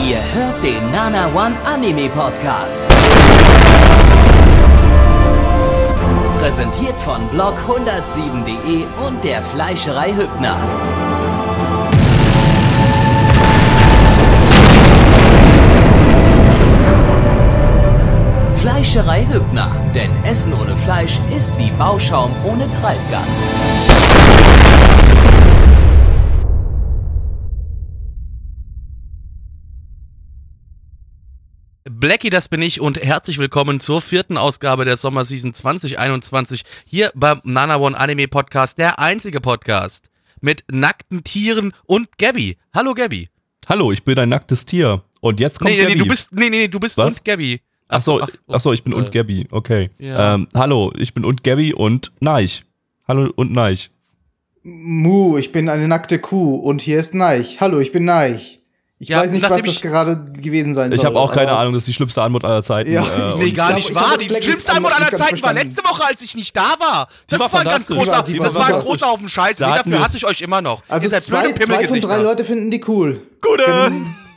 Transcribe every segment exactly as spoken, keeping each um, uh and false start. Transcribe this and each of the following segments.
Ihr hört den Nana One Anime Podcast. Präsentiert von blog hundertsieben punkt de und der Fleischerei Hübner. Fleischerei Hübner, denn Essen ohne Fleisch ist wie Bauschaum ohne Treibgas. Blackie, das bin ich und herzlich willkommen zur vierten Ausgabe der Sommerseason zwanzig einundzwanzig hier beim Nana One Anime Podcast, der einzige Podcast mit nackten Tieren und Gabby. Hallo Gabby. Hallo, ich bin ein nacktes Tier und jetzt kommt nee, nee, Gabby. Nee, du bist, nee, nee, du bist Was? und Gabby. Achso, ach, ach so, ich bin äh, und Gabby, okay. Ja. Ähm, hallo, ich bin und Gabby und Neich. Hallo und Neich. Mu, ich bin eine nackte Kuh und hier ist Neich. Hallo, ich bin Neich. Ich Ja, weiß nicht, was das ich- gerade gewesen sein soll. Ich habe auch keine aber- Ahnung, das ist die schlimmste Antwort aller Zeiten. Ja. äh, Nee, und- gar ich nicht glaub, ich wahr. hab Die Blackies schlimmste Antwort Antwort aller nicht ganz Zeiten war verstanden. letzte Woche, als ich nicht da war. Das war war ein ganz fantastisch. großer, Die war- das die war ein war großer Haufen Scheiße. Da Nee, hatten dafür wir- hasse ich euch immer noch. Also Ihr seid zwei, blöde zwei von drei Pimmelgesichter. Leute finden die cool. Gute!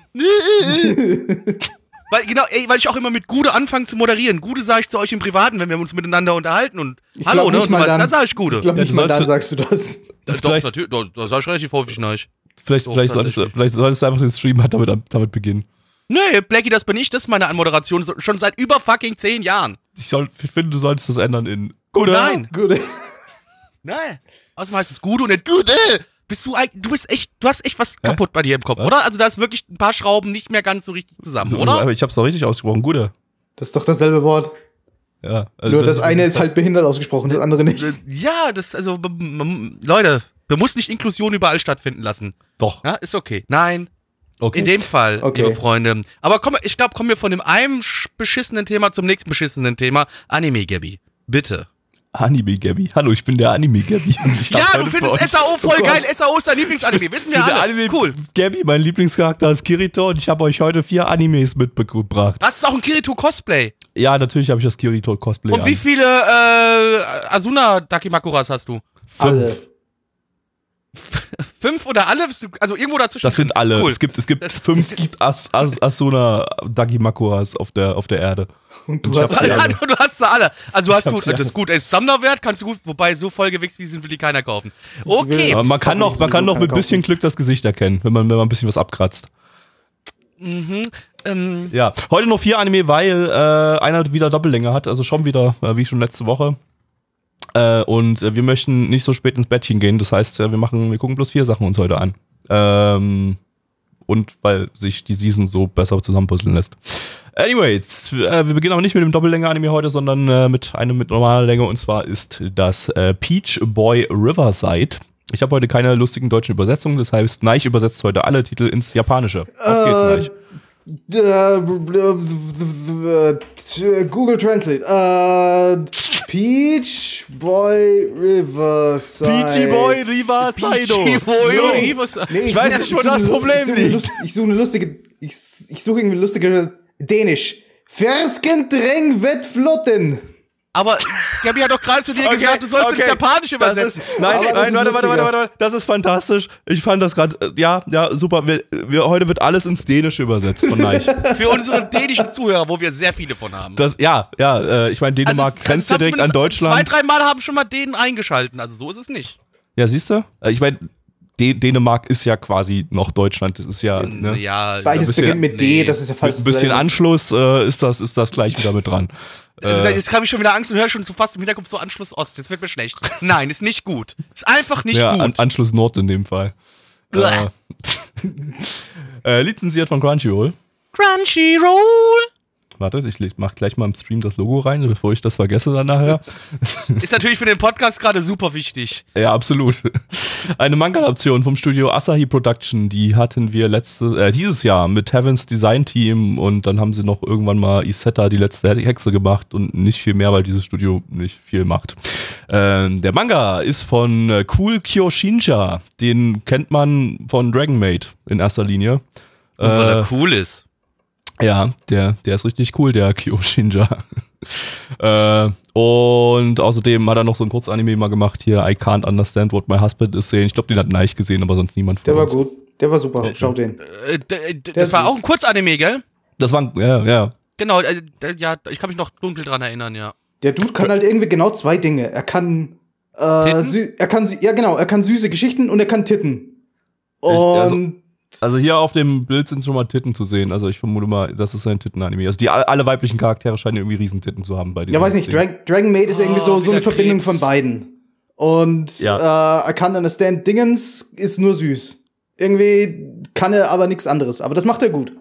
Weil, genau, ey, weil ich auch immer mit Gude anfange zu moderieren. Gude sage ich zu euch im Privaten, wenn wir uns miteinander unterhalten und Ich Hallo, glaub ne, nicht und so mal was. dann. Da sage ich Gude. Ich glaube Ja, nicht du mal sollst- dann sagst du das. Äh, Doch, vielleicht- natürlich, da, da sag ich relativ häufig nein. Vielleicht, Doch, vielleicht, solltest, du- tatsächlich. vielleicht solltest du einfach den Stream halt damit, damit beginnen. Nee, Blackie, das bin ich, das ist meine Anmoderation, so- schon seit über fucking zehn Jahren. Ich, soll, ich finde, du solltest das ändern in Gute. Nein, Gut. nein. Außerdem heißt es Gude und nicht Gude. Bist du eigentlich, du bist echt, du hast echt was kaputt bei dir im Kopf, Was? oder? Also da ist wirklich ein paar Schrauben nicht mehr ganz so richtig zusammen, So, oder? Aber ich hab's doch richtig ausgesprochen, Gute. Das ist doch dasselbe Wort. Ja, also Nur das eine ist halt behindert ausgesprochen, das andere nicht. Ja, das, also, b- m- Leute, man muss nicht Inklusion überall stattfinden lassen. Doch. Ja, ist okay. Nein, Okay. in dem Fall, Okay. liebe Freunde. Aber komm, ich glaube, kommen wir von dem einen sch- beschissenen Thema zum nächsten beschissenen Thema. Anime, Gabby. Bitte. Anime Gabby. Hallo, ich bin der Anime Gabby. Und ich hab Ja, heute du für findest euch- S A O voll Oh Gott. geil. S A O ist dein Lieblingsanime. Wissen wir Der alle. Anime Cool. Gabby, mein Lieblingscharakter ist Kirito und ich habe euch heute vier Animes mitgebracht. Das ist auch ein Kirito-Cosplay. Ja, natürlich habe ich das Kirito-Cosplay Und an. wie viele äh, Asuna-Dakimakuras hast du? Alle. Fünf oder alle? Also irgendwo dazwischen. Das sind alle. Cool. Es gibt, es gibt Das- fünf As, As, Asuna Dakimakuras auf der, auf der Erde. Und Und du ich hast hab sie Ja, alle. du, du hast sie alle. Also hast Ich du, hab sie das ist alle. gut, es ist Sammlerwert, kannst du gut, wobei so vollgewichst wie sie sind, will die keiner kaufen. Okay. Aber man kann Hoffentlich noch, man kann sowieso noch mit keiner bisschen kaufen. Glück das Gesicht erkennen, wenn man, wenn man ein bisschen was abkratzt. Ähm, Ja, heute noch vier Anime, weil äh, einer wieder Doppellänge hat, also schon wieder, äh, wie schon letzte Woche. Äh, und äh, wir möchten nicht so spät ins Bettchen gehen, das heißt, äh, wir machen, wir gucken bloß vier Sachen uns heute an. Ähm, und weil sich die Season so besser zusammenpuzzeln lässt. Anyways, äh, wir beginnen aber nicht mit dem Doppellänge-Anime heute, sondern äh, mit einem mit normaler Länge, und zwar ist das äh, Peach Boy Riverside. Ich habe heute keine lustigen deutschen Übersetzungen, das heißt, Neich übersetzt heute alle Titel ins Japanische. Auf geht's, Äh, Neich. Äh, Google Translate. Äh, Peach Boy Riverside. Peachy Boy Riverside. Peachy Boy So. Riverside. Nee, Ich weiß suche- nicht, wo suche das eine Lust- Problem ich suche eine liegt. Lust- Ich suche eine lustige. Ich, ich suche irgendwie lustige Dänisch. Ferskendreng wird flotten. Aber Gabi hat doch gerade zu dir gesagt, du sollst ins Japanische Das übersetzen. ist, nein, Aber das nein, ist warte, warte, warte, lustiger. warte, das ist fantastisch. Ich fand das gerade, äh, ja, ja, super. Wir, wir, heute wird alles ins Dänische übersetzt von Neich. Für unsere dänischen Zuhörer, wo wir sehr viele von haben. Das, ja, ja, äh, ich meine, Dänemark es- grenzt es ja hat direkt an zumindest Deutschland. Zwei, drei Mal haben schon mal Dänen eingeschalten, also so ist es nicht. Ja, siehst du? Äh, Ich meine, Dä- Dänemark ist ja quasi noch Deutschland. Das ist ja, ne? Ja, Beides bisschen- beginnt mit D, nee. das ist ja Mit fast ein bisschen dasselbe. Anschluss äh, ist, das, ist das gleich wieder mit dran. Also, Äh, jetzt habe ich schon wieder Angst und höre schon so fast im Hinterkopf so Anschluss Ost. Jetzt wird mir schlecht. Nein, ist nicht gut. Ist einfach nicht ja, gut. An, Anschluss Nord in dem Fall. Uah. Äh, lizenziert von Crunchyroll. Crunchyroll. Warte, ich leg- mach gleich mal im Stream das Logo rein, bevor ich das vergesse dann nachher. Ist natürlich für den Podcast gerade super wichtig. Ja, absolut. Eine Manga-Adaption vom Studio Asahi Production, die hatten wir letzte, äh, dieses Jahr mit Heavens Design Team, und dann haben sie noch irgendwann mal Isetta, die letzte Hexe, gemacht und nicht viel mehr, weil dieses Studio nicht viel macht. Ähm, der Manga ist von äh, Cool Kyoshinja, den kennt man von Dragon Maid in erster Linie. Und weil Äh, er cool ist. Ja, der, der ist richtig cool, der Kyoshinja. äh, und außerdem hat er noch so ein Kurzanime mal gemacht hier, I Can't Understand What My Husband Is Saying. Ich glaube, den hat Neich gesehen, aber sonst niemand von Der war uns. gut. Der war super, schau den. Äh, d- d- das war süß. auch ein Kurzanime, gell? Das war, ja, ja. Genau, äh, d- ja, ich kann mich noch dunkel dran erinnern, ja. Der Dude kann halt irgendwie genau zwei Dinge. Er kann, äh, sü- er kann, sü- ja genau, er kann süße Geschichten und er kann Titten. Und also- Also hier auf dem Bild sind schon mal Titten zu sehen. Also ich vermute mal, das ist ein Titten-Anime. Also die alle weiblichen Charaktere scheinen irgendwie Riesentitten zu haben bei diesem ja, weiß nicht, Ding. Drag- Dragon Maid ist irgendwie Oh, so, so eine wieder Verbindung Krebs. von beiden. Und Ja. äh, er kann understand Dingens, ist nur süß. Irgendwie kann er aber nichts anderes. Aber das macht er gut.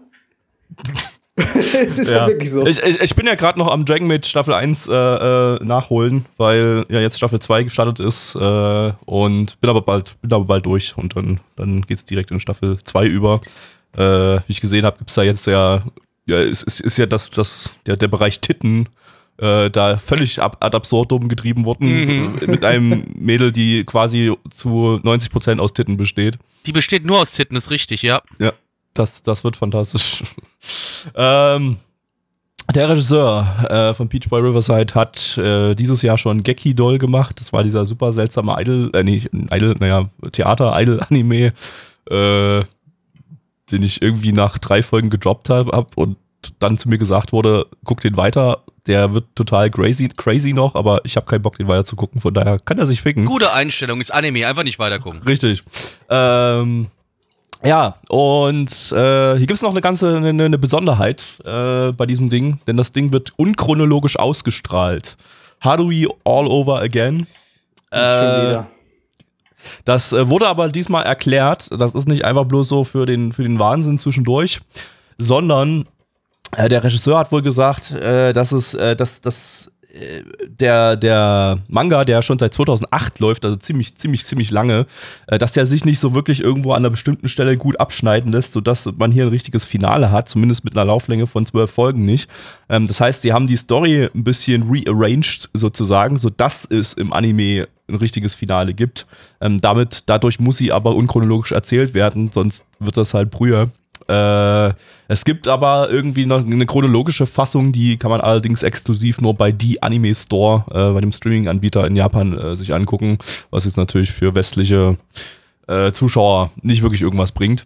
Es ist ja Ja. wirklich so. Ich, ich, ich bin ja gerade noch am Dragon Maid Staffel eins äh, äh, nachholen, weil ja jetzt Staffel zwei gestartet ist äh, und bin aber bald bin aber bald durch und dann, dann geht's direkt in Staffel zwei über. Äh, wie ich gesehen habe, gibt's da jetzt ja, ja es ist, ist ja das, das, der, der Bereich Titten äh, da völlig ab, ad absurdum getrieben worden, Mhm. so, mit einem Mädel, die quasi zu neunzig Prozent aus Titten besteht. Die besteht nur aus Titten, ist richtig, ja. Ja, das, das wird fantastisch. ähm, der Regisseur äh, von Peach Boy Riverside hat äh, dieses Jahr schon Geki Doll gemacht. Das war dieser super seltsame Idol, äh, nee, Idol, naja, Theater-Idol-Anime, äh, den ich irgendwie nach drei Folgen gedroppt habe hab und dann zu mir gesagt wurde, guck den weiter. Der wird total crazy, crazy noch, aber ich habe keinen Bock, den weiter zu gucken. Von daher kann er sich ficken. Gute Einstellung, ist Anime, einfach nicht weitergucken. Richtig. Ähm, ja, und äh, hier gibt es noch eine ganze eine, eine Besonderheit äh, bei diesem Ding, denn das Ding wird unchronologisch ausgestrahlt. Haruhi All Over Again. Schon Äh, wieder. das äh, wurde aber diesmal erklärt. Das ist nicht einfach bloß so für den, für den Wahnsinn zwischendurch, sondern äh, der Regisseur hat wohl gesagt, äh, dass es, äh, dass, dass äh, der, der Manga, der schon seit zweitausendacht läuft, also ziemlich, ziemlich, ziemlich lange, äh, dass der sich nicht so wirklich irgendwo an einer bestimmten Stelle gut abschneiden lässt, sodass man hier ein richtiges Finale hat, zumindest mit einer Lauflänge von zwölf Folgen nicht. Ähm, das heißt, sie haben die Story ein bisschen rearranged sozusagen, sodass es im Anime ein richtiges Finale gibt. Ähm, damit, dadurch muss sie aber unchronologisch erzählt werden, sonst wird das halt Brühe. Äh, es gibt aber irgendwie noch eine chronologische Fassung, die kann man allerdings exklusiv nur bei die Anime Store, äh, bei dem Streaming-Anbieter in Japan, äh, sich angucken, was jetzt natürlich für westliche äh, Zuschauer nicht wirklich irgendwas bringt.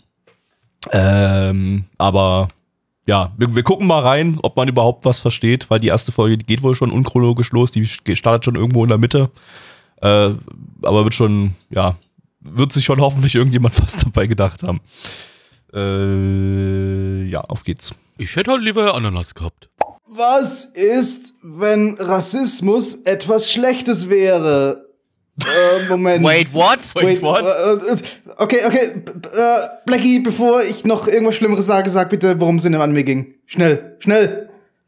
Ähm, aber ja, wir, wir gucken mal rein, ob man überhaupt was versteht, weil die erste Folge, die geht wohl schon unchronologisch los, die startet schon irgendwo in der Mitte. Äh, aber wird schon, ja, wird sich schon hoffentlich irgendjemand was dabei gedacht haben. Äh, ja, auf geht's. Ich hätte halt lieber Ananas gehabt. Was ist, wenn Rassismus etwas Schlechtes wäre? Äh, Moment. Wait, what? Wait, what? Äh, äh, okay, okay. b- Äh, Blackie, bevor ich noch irgendwas Schlimmeres sage, sag bitte, worum es in dem Anime ging. Schnell, schnell.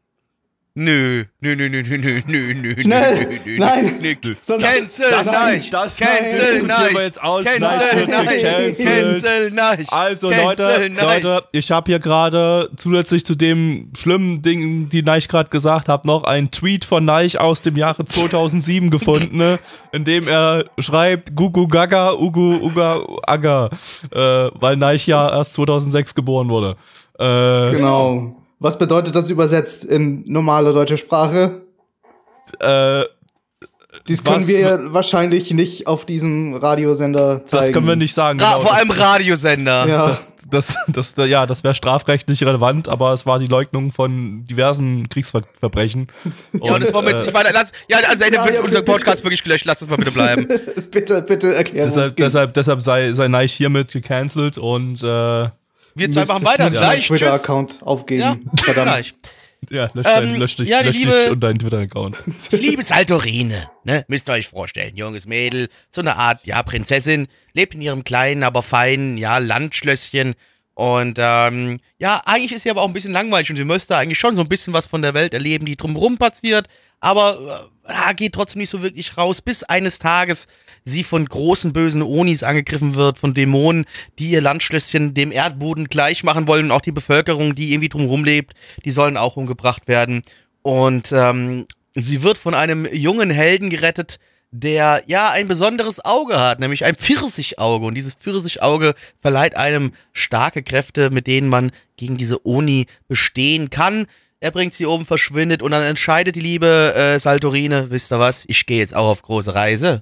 Nö, nö, nö, nö, nö, nö, nö, nö, Schnell. nö, nö, Nein. nö. Sonst- Cancel, Das- nein. das- Cancel, diskutieren nein. wir jetzt aus. Nein, Cancel, wird nein. gecancelt. Cancel, nein. Also Cancel, Leute, nein. Leute, ich habe hier gerade zusätzlich zu dem schlimmen Ding, die Neich gerade gesagt hat, noch einen Tweet von Neich aus dem Jahre zweitausendsieben gefunden, ne, in dem er schreibt Gugu Gaga, Ugu Uga Aga, äh, weil Neich ja erst zweitausendsechs geboren wurde. Äh, Genau. Was bedeutet das übersetzt in normale deutsche Sprache? äh, Dies können Was- wir wahrscheinlich nicht auf diesem Radiosender zeigen. das können wir nicht sagen. Ra genau. vor allem Radiosender. Ja. Das, das, das, ja, das wäre strafrechtlich relevant, aber es war die Leugnung von diversen Kriegsverbrechen. Ja, und das wollen wir jetzt nicht weiter. Lass, ja, also Ende Ja, wird ja, unser bitte. Podcast wirklich gelöscht. Lass das mal bitte bleiben. bitte, bitte erklären. Deshalb, deshalb, deshalb sei, sei Neich hiermit gecancelt und äh, Wir zwei machen weiter. Gleich. Tschüss. Twitter-Account aufgeben. Ja, Verdammt. gleich. ja, lösch, Ähm, dein, lösch dich, ja, die lösch liebe- dich und deinen Twitter-Account. Die liebe Saltorine, ne, müsst ihr euch vorstellen, junges Mädel, so eine Art, ja, Prinzessin, lebt in ihrem kleinen, aber feinen, ja, Landschlösschen und, ähm, ja, eigentlich ist sie aber auch ein bisschen langweilig und sie müsste eigentlich schon so ein bisschen was von der Welt erleben, die drumherum passiert, aber, äh, geht trotzdem nicht so wirklich raus, bis eines Tages sie von großen, bösen Onis angegriffen wird, von Dämonen, die ihr Landschlösschen dem Erdboden gleich machen wollen und auch die Bevölkerung, die irgendwie drumherum lebt, die sollen auch umgebracht werden und, ähm, sie wird von einem jungen Helden gerettet, der ja ein besonderes Auge hat, nämlich ein Pfirsichauge. Und dieses Pfirsichauge verleiht einem starke Kräfte, mit denen man gegen diese Oni bestehen kann. Er bringt sie um, verschwindet und dann entscheidet die liebe äh, Saltorine, wisst ihr was, ich gehe jetzt auch auf große Reise.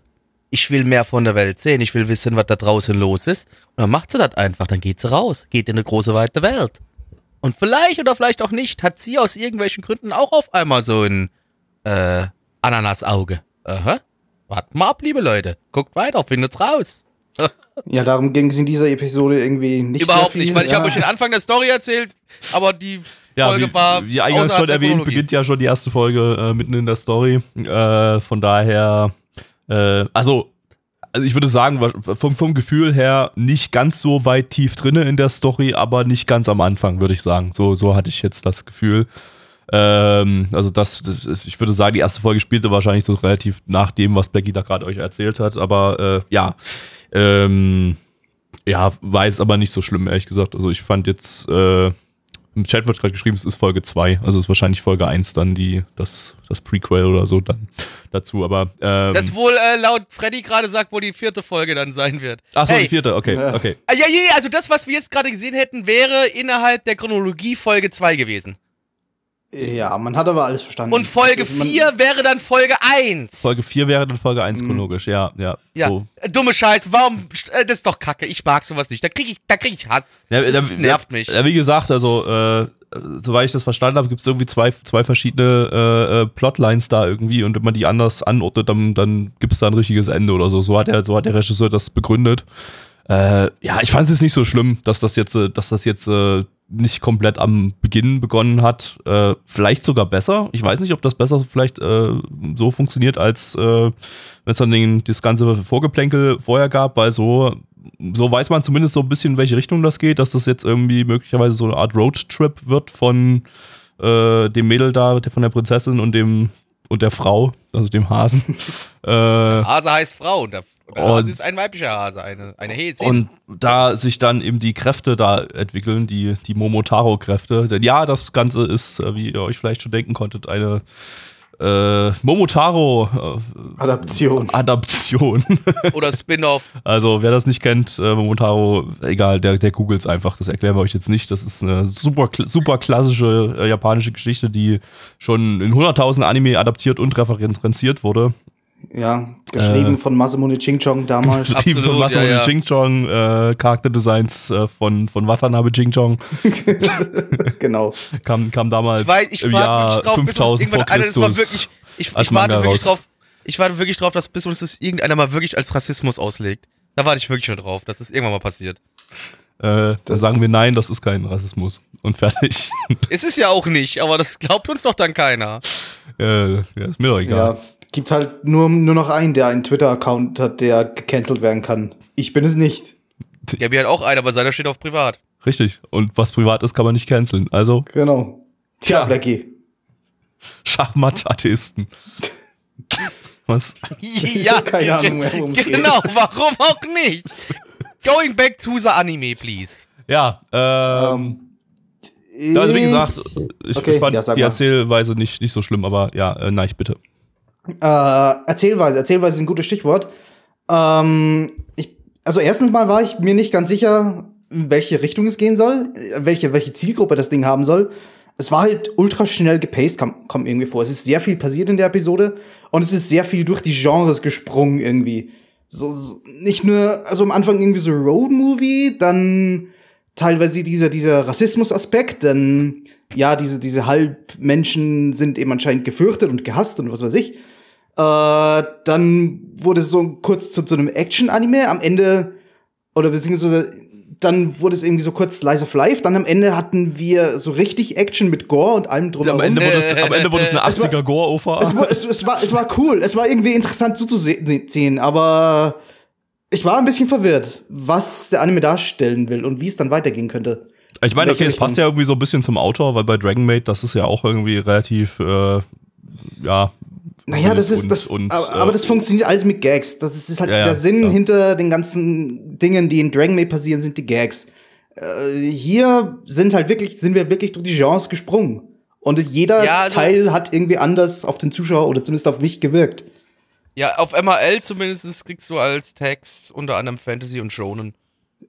ich will mehr von der Welt sehen, ich will wissen, was da draußen los ist. Und dann macht sie das einfach, dann geht sie raus, geht in eine große, weite Welt. Und vielleicht oder vielleicht auch nicht, hat sie aus irgendwelchen Gründen auch auf einmal so ein äh, Ananasauge. Aha. Wartet mal ab, liebe Leute. Guckt weiter, findet's raus. Ja, darum ging es in dieser Episode irgendwie nicht Überhaupt sehr viel. nicht, weil ich ja. habe euch den Anfang der Story erzählt, aber die Ja, Folge wie, war wie eingangs außerhalb schon der erwähnt, Chronologie. beginnt ja schon die erste Folge äh, mitten in der Story. Äh, von daher, äh, also, also ich würde sagen, vom, vom Gefühl her nicht ganz so weit tief drinne in der Story, aber nicht ganz am Anfang, würde ich sagen. So, so hatte ich jetzt das Gefühl. Ähm, also das, das, ich würde sagen, die erste Folge spielte wahrscheinlich so relativ nach dem, was Becky da gerade euch erzählt hat, aber äh, ja, ähm, ja, war jetzt aber nicht so schlimm, ehrlich gesagt. Also ich fand jetzt, äh, im Chat wird gerade geschrieben, es ist Folge zwei, also es ist wahrscheinlich Folge eins dann, die, das, das Prequel oder so dann dazu, aber ähm, Das wohl äh, laut Freddy gerade sagt, wo die vierte Folge dann sein wird. ach so, Hey. die vierte, okay, Ja. okay. Ah, ja, ja, also das, was wir jetzt gerade gesehen hätten, wäre innerhalb der Chronologie Folge zwei gewesen. Ja, man hat aber alles verstanden. Und Folge Also man- vier wäre dann Folge eins. Folge vier wäre dann Folge eins Mhm. chronologisch, ja, ja. Ja, So. äh, dumme Scheiße, warum, äh, das ist doch kacke, ich mag sowas nicht, da krieg ich, da krieg ich Hass, Ja, das da- nervt mich. Ja, wie gesagt, also, äh, soweit ich das verstanden habe, gibt es irgendwie zwei, zwei verschiedene äh, äh, Plotlines da irgendwie und wenn man die anders anordnet, dann, dann gibt es da ein richtiges Ende oder so. So hat der, so hat der Regisseur das begründet. Äh, ja, ich fand es jetzt nicht so schlimm, dass das jetzt, äh, dass das jetzt äh, nicht komplett am Beginn begonnen hat. Äh, vielleicht sogar besser. Ich weiß nicht, ob das besser vielleicht äh, so funktioniert, als äh, wenn es dann den, das ganze Vorgeplänkel vorher gab, weil so, so weiß man zumindest so ein bisschen, in welche Richtung das geht, dass das jetzt irgendwie möglicherweise so eine Art Roadtrip wird von äh, dem Mädel da, der- von der Prinzessin und dem und der Frau, also dem Hasen. äh, Hase heißt Frau und der, der Und- Hase ist ein weiblicher Hase, eine, eine Häsin. Und da sich dann eben die Kräfte da entwickeln, die, die Momotaro-Kräfte. Denn ja, das Ganze ist, äh, wie ihr euch vielleicht schon denken konntet, eine äh, Momotaro-Adaption. Adaption. Oder Spin-off. Also wer das nicht kennt, äh, Momotaro, egal, der, der googelt es einfach. Das erklären wir euch jetzt nicht. Das ist eine super, kl- super klassische äh, japanische Geschichte, die schon in hunderttausend Anime adaptiert und referenziert wurde. Ja, geschrieben Äh. von Masamune Chingchong damals. Geschrieben von Absolut, Masamune ja, ja. Chingchong, äh, Charakterdesigns äh, von, von Watanabe Chingchong. Genau. Kam, kam damals Ich, weiß, ich im warte Jahr wirklich drauf, bis uns fünftausend vor irgendwann einer das mal Christus. wirklich, ich, als ich warte Manga wirklich raus. drauf, ich warte wirklich drauf, dass bis uns das irgendeiner mal wirklich als Rassismus auslegt. Da warte ich wirklich schon drauf, dass das irgendwann mal passiert. Äh, da Das- sagen wir nein, das ist kein Rassismus. Und fertig. Es ist ja auch nicht, aber das glaubt uns doch dann keiner. äh, ja, ist mir doch egal. Ja, gibt halt nur, nur noch einen, der einen Twitter-Account hat, der gecancelt werden kann. Ich bin es nicht. Gabi hat auch einen, aber seiner steht auf privat. Richtig. Und was privat ist, kann man nicht canceln. Also, Genau. Tja, Tja. Blackie. Schachmatt-Atheisten. Was? Ja, Keine Ahnung mehr, worum es geht. genau, warum auch nicht? Going back to the anime, please. Ja, ähm, Ähm, also wie gesagt, ich, Okay, ich fand ja, sag die mal. Erzählweise nicht, nicht so schlimm, aber ja, äh, nein, bitte. Äh, Erzählweise. Erzählweise ist ein gutes Stichwort. Ähm, ich, also erstens mal war ich mir nicht ganz sicher, in welche Richtung es gehen soll, äh, welche, welche Zielgruppe das Ding haben soll. Es war halt ultra schnell gepaced, kommt, kommt irgendwie vor. Es ist sehr viel passiert in der Episode und es ist sehr viel durch die Genres gesprungen irgendwie. So, so nicht nur, also am Anfang irgendwie so Road-Movie, dann teilweise dieser, dieser Rassismus-Aspekt, dann ja, diese, diese Halbmenschen sind eben anscheinend gefürchtet und gehasst und was weiß ich. Äh, dann wurde es so kurz zu, zu einem Action-Anime. Am Ende, oder beziehungsweise dann wurde es irgendwie so kurz Slice of Life. Dann am Ende hatten wir so richtig Action mit Gore und allem drumherum. Am Ende wurde es, am Ende wurde es eine Es war- achtziger Gore-O V A. es, war, es, es, war, es war cool. Es war irgendwie interessant zuzusehen, aber ich war ein bisschen verwirrt, was der Anime darstellen will und wie es dann weitergehen könnte. Ich meine, okay, welche es passt Richtung? ja irgendwie so ein bisschen zum Autor, weil bei Dragon Maid, das ist ja auch irgendwie relativ, äh, ja. Naja, das ist und- das, und, aber, äh, aber das funktioniert alles mit Gags. Das ist, das ist halt Ja, ja, der Sinn klar. hinter den ganzen Dingen, die in Dragon Maid passieren, sind die Gags. Äh, hier sind halt wirklich, sind wir wirklich durch die Genres gesprungen. Und jeder Ja, also- Teil hat irgendwie anders auf den Zuschauer oder zumindest auf mich gewirkt. Ja, auf M A L zumindest kriegst du als Text unter anderem Fantasy und Shonen.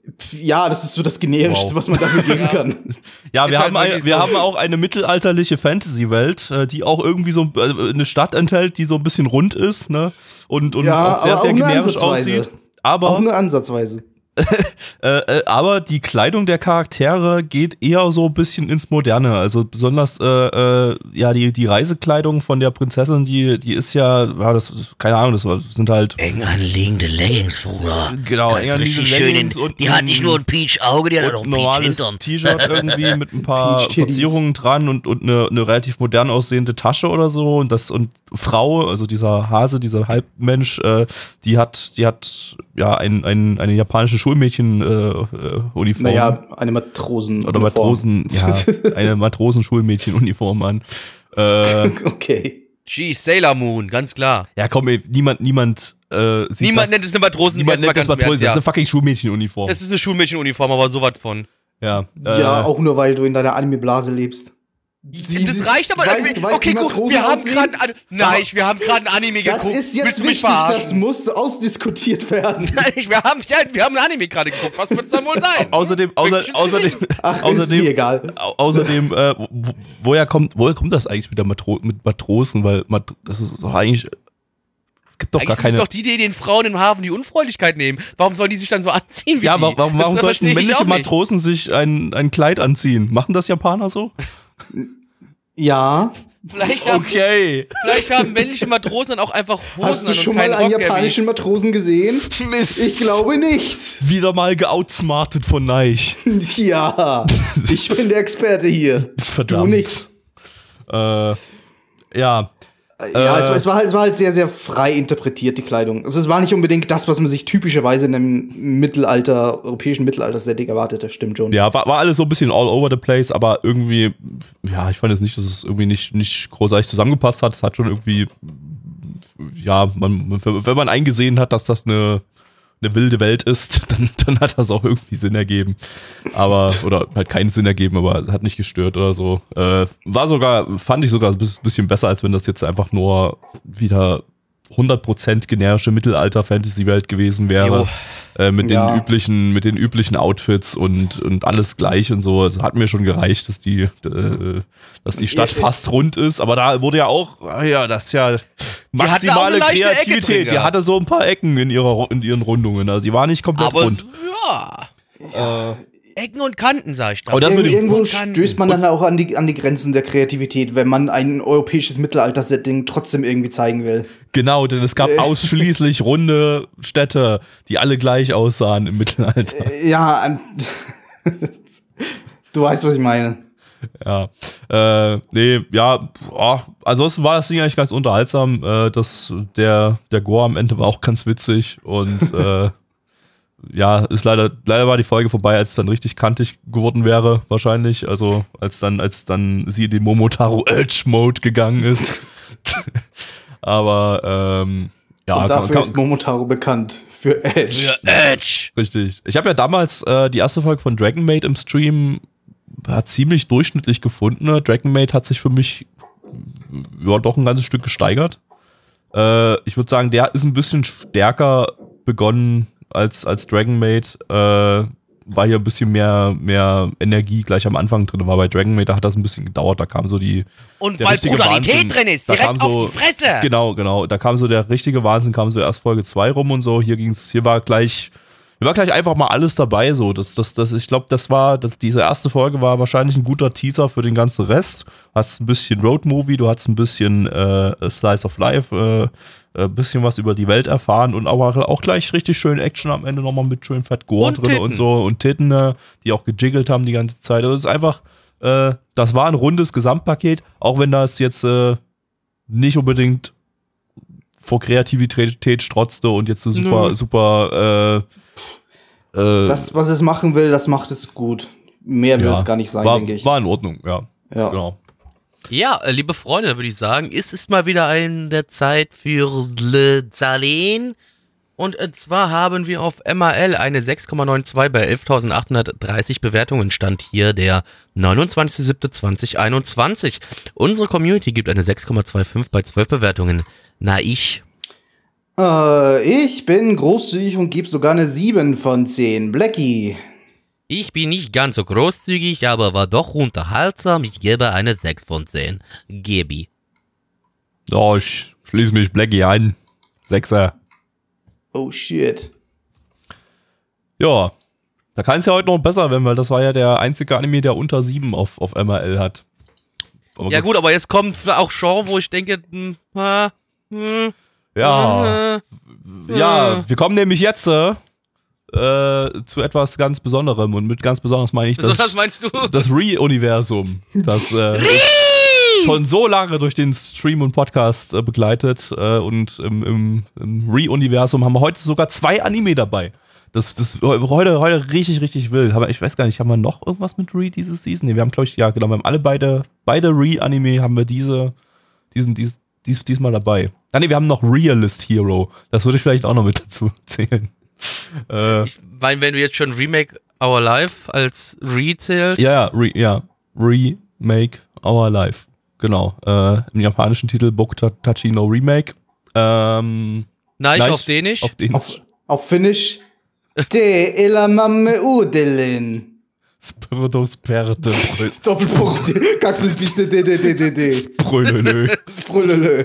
Ja, das ist so das Generischste, Wow. was man dafür geben kann. Ja, wir, Ist haben, halt ein, wirklich wir so. haben auch eine mittelalterliche Fantasy-Welt, äh, die auch irgendwie so äh, eine Stadt enthält, die so ein bisschen rund ist, ne? Und, und Ja, auch sehr, aber sehr auch nur generisch ansatzweise. aussieht. Aber Auch nur ansatzweise. Äh, äh, aber die Kleidung der Charaktere geht eher so ein bisschen ins Moderne. Also besonders, äh, äh, ja, die, die Reisekleidung von der Prinzessin, die, die ist ja, ja, das ist, keine Ahnung, das sind halt. Eng anliegende Leggings, Bruder. Genau, Das ist eng anliegende richtig schön. Leggings In, und die ein- hat nicht nur ein Peach-Auge, die hat auch noch Und ein ein normales Peach-Hintern. T-Shirt irgendwie mit ein paar Peach-Titties. Verzierungen dran und, und eine, eine relativ modern aussehende Tasche oder so. Und das und Frau, also dieser Hase, dieser Halbmensch, äh, die hat, die hat ja ein, ein, eine japanische Schulmädchen äh, äh, Uniform. Naja, eine Matrosen. Oder Matrosen, ja, eine Matrosen-Schulmädchen-Uniform an. Äh, Okay. Jeez, Sailor Moon, ganz klar. ja, komm, ey, niemand, niemand äh, sieht Niemand das. nennt es eine Matrosen, Niemand nennt das Matrosen, das ist ja. eine fucking Schulmädchen-Uniform. Das ist eine Schulmädchenuniform, aber sowas von. Ja, Ja, äh, auch nur, weil du in deiner Anime-Blase lebst. Sie- das reicht aber weißt, irgendwie. weißt, Okay, wie guck, Matrosen wir haben aussehen? gerade ein- Nein, wir haben gerade ein Anime Das geguckt. ist jetzt Willst du mich wichtig, das verarschen? muss ausdiskutiert werden. Nein, wir haben, ja, wir haben ein Anime gerade geguckt. Was wird es dann wohl sein? außerdem, außer, Welches außerdem, Ach, außerdem, ist mir egal. au- außerdem, äh, wo, woher kommt, woher kommt das eigentlich mit der Matro mit Matrosen? Weil Mat das ist doch eigentlich, es gibt doch Eigentlich gar ist keine. doch die, die den Frauen im Hafen die Unfreundlichkeit nehmen. Warum sollen die sich dann so anziehen wie Ja, die? warum, warum, Das warum verstehe sollten ich männliche auch nicht. Matrosen sich ein, ein Kleid anziehen? Machen das Japaner so? Ja. Vielleicht haben, Okay. vielleicht haben männliche Matrosen dann auch einfach Hosen Hast du an schon und mal keinen einen Rock, japanischen Matrosen gesehen? Mist. Ich glaube nicht. Wieder mal geoutsmartet von Neich. Ja. Ich bin der Experte hier. Verdammt. Du nicht. Äh, ja. Ja, Äh. es, war- es, war halt, es war halt sehr, sehr frei interpretiert, die Kleidung. Also es war nicht unbedingt das, was man sich typischerweise in einem Mittelalter, europäischen Mittelalter-Setting erwartet, das stimmt schon. Ja, war, war alles so ein bisschen all over the place, aber irgendwie, ja, ich fand jetzt nicht, dass es irgendwie nicht, nicht großartig zusammengepasst hat. Es hat schon irgendwie, ja, man, wenn man eingesehen hat, dass das eine, eine wilde Welt ist, dann, dann hat das auch irgendwie Sinn ergeben. Aber, oder halt keinen Sinn ergeben, aber hat nicht gestört oder so. Äh, war sogar, fand ich sogar ein bisschen besser, als wenn das jetzt einfach nur wieder hundert Prozent generische Mittelalter-Fantasy-Welt gewesen wäre. Jo. Äh, mit, Ja. den üblichen, mit den üblichen Outfits und, und alles gleich und so. Es hat mir schon gereicht, dass die, äh, dass die Stadt Ja, fast rund ist. Aber da wurde ja auch, ah ja, das ist ja auch maximale eine leichte Ecke Kreativität. drin Die hatte so ein paar Ecken in, ihrer, in ihren Rundungen. Also die war nicht komplett Aber rund. ja. Ecken und Kanten, sag ich. Aber das mit Ir dem irgendwo und Kanten. stößt man dann auch an die, an die Grenzen der Kreativität, wenn man ein europäisches Mittelalter-Setting trotzdem irgendwie zeigen will. Genau, denn es gab ausschließlich runde Städte, die alle gleich aussahen im Mittelalter. Ja, an du weißt, was ich meine. Ja, äh, nee, ja, oh, ansonsten war das Ding eigentlich ganz unterhaltsam. Äh, das, der, der Gore am Ende war auch ganz witzig und äh, ja, ist leider, leider war die Folge vorbei, als es dann richtig kantig geworden wäre, wahrscheinlich. Also als dann, als dann sie in den Momotaro Edge Mode gegangen ist. Aber ähm, ja, Und kann, dafür kann, ist Momotaro bekannt. Für Edge. Für Edge. richtig. Ich habe ja damals äh, die erste Folge von Dragon Maid im Stream hat ziemlich durchschnittlich gefunden. Ne? Dragon Maid hat sich für mich ja doch ein ganzes Stück gesteigert. Äh, ich würde sagen, der ist ein bisschen stärker begonnen als, als Dragon Maid. Äh, war hier ein bisschen mehr, mehr Energie gleich am Anfang drin. War bei Dragon Maid, da hat das ein bisschen gedauert. Da kam so die. Und der weil richtige Brutalität Wahnsinn. drin ist, Da direkt kam so- auf die Fresse. Genau, genau. Da kam so der richtige Wahnsinn, kam so erst Folge zwei rum und so. Hier ging's, hier war gleich, hier war gleich einfach mal alles dabei. So, das, das, das, ich glaube, das war, das, diese erste Folge war wahrscheinlich ein guter Teaser für den ganzen Rest. Du hattest ein bisschen Road-Movie, du hattest ein bisschen äh, Slice of Life, äh, ein bisschen was über die Welt erfahren und aber auch gleich richtig schön Action am Ende nochmal mit schön fett Gore Und drin Titten. und so und Titten, äh, die auch gejiggelt haben die ganze Zeit. Also es ist einfach, äh, das war ein rundes Gesamtpaket, auch wenn das jetzt äh, nicht unbedingt vor Kreativität strotzte und jetzt eine super, Nö. super äh, äh, Das, was es machen will, das macht es gut. Mehr will ja, es gar nicht sein, war, denke ich. war in Ordnung, ja. Ja. Genau. Ja, äh, liebe Freunde, würde ich sagen, es ist mal wieder ein der Zeit für Le Zalen. Und äh, zwar haben wir auf M A L eine sechs Komma zweiundneunzig bei elftausendachthundertdreißig Bewertungen. Stand hier der neunundzwanzigster siebter zweitausendeinundzwanzig. Unsere Community gibt eine sechs Komma fünfundzwanzig bei zwölf Bewertungen. Na ich. Äh, ich bin großzügig und gebe sogar eine sieben von zehn. Blackie. Ich bin nicht ganz so großzügig, aber war doch unterhaltsam. Ich gebe eine sechs von zehn. Gebi. Ja, ich schließe mich Blackie ein. Sechser. Oh shit. Ja, da kann es ja heute noch besser werden, weil das war ja der einzige Anime, der unter sieben auf, auf M R L hat. Aber Ja gut, aber jetzt kommt auch Genre, wo ich denke, hm, ha, hm, Ja, äh, ja, wir kommen nämlich jetzt äh, zu etwas ganz Besonderem und mit ganz Besonderes meine ich so, das, was meinst du? das Re-Universum, das äh, schon so lange durch den Stream und Podcast äh, begleitet äh, und im, im, im Re-Universum haben wir heute sogar zwei Anime dabei. Das ist heute, heute richtig, richtig wild. Aber ich weiß gar nicht, haben wir noch irgendwas mit Re diese Season? Nee, wir haben, glaube ich, ja, genau, wir haben alle beide, beide Re-Anime haben wir diese, diesen, dies, dies, diesmal dabei. Ah, nee, wir haben noch Realist Hero. Das würde ich vielleicht auch noch mit dazu zählen. Äh, Ich meine, wenn du jetzt schon Remake Our Life als Re zählst. ja, ja, Re, ja, Remake Our Life. Genau. Äh, im japanischen Titel Boku Tachi no Remake. Ähm, Nein, Nein, auf Dänisch. Auf Dänisch. Auf, auf Finnish. De Elamame Udelin. Spiritus Perte. Doppelpunkt. Kannst du es bist de de de de de. Brüllelö. Sprüllelö.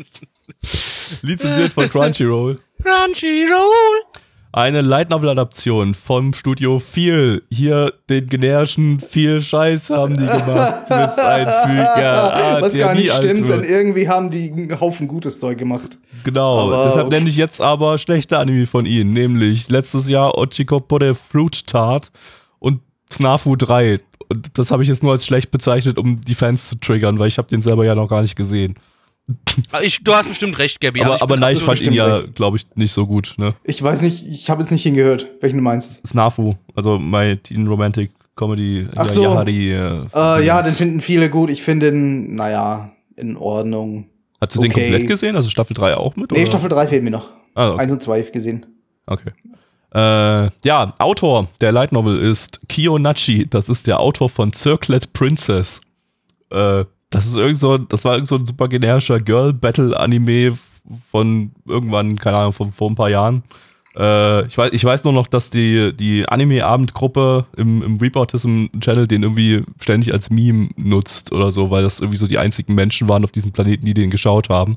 Lizenziert von Crunchyroll. Crunchyroll. Eine Light Novel Adaption vom Studio Feel. Hier den generischen viel Scheiß haben die gemacht mit Einfüger. Ah, Was der gar nie nicht alt stimmt, wird. denn irgendwie haben die einen Haufen gutes Zeug gemacht. Genau, Aber- deshalb nenne ich jetzt aber schlechte Anime von ihnen, nämlich letztes Jahr Ochikopore Fruit Tart und Snafu drei. Und das habe ich jetzt nur als schlecht bezeichnet, um die Fans zu triggern, weil ich habe den selber ja noch gar nicht gesehen. Ich, du hast bestimmt recht, Gabi. Aber, ich aber bin nein, ich absolut fand ihn bestimmt ja, recht. glaube ich, nicht so gut. Ne? Ich weiß nicht, ich habe jetzt nicht hingehört, welchen du meinst. Snafu, also My Teen Romantic Comedy. Ach so. Yahari, äh, Äh, ja, den finden viele gut. Ich finde den, naja, in Ordnung. Hast du den okay. komplett gesehen? Also Staffel drei auch mit? Nee, oder? Staffel drei fehlt mir noch. Ah, okay. Eins und zwei gesehen. Okay. Äh, ja, Autor der Light Novel ist Kiyonachi. Das ist der Autor von Circlet Princess. Äh, das ist irgend so, das war irgend so ein super generischer Girl-Battle-Anime von irgendwann, keine Ahnung, von vor ein paar Jahren. Äh, ich, weiß, ich weiß nur noch, dass die, die Anime-Abendgruppe im, im Rebautism-Channel den irgendwie ständig als Meme nutzt oder so, weil das irgendwie so die einzigen Menschen waren auf diesem Planeten, die den geschaut haben.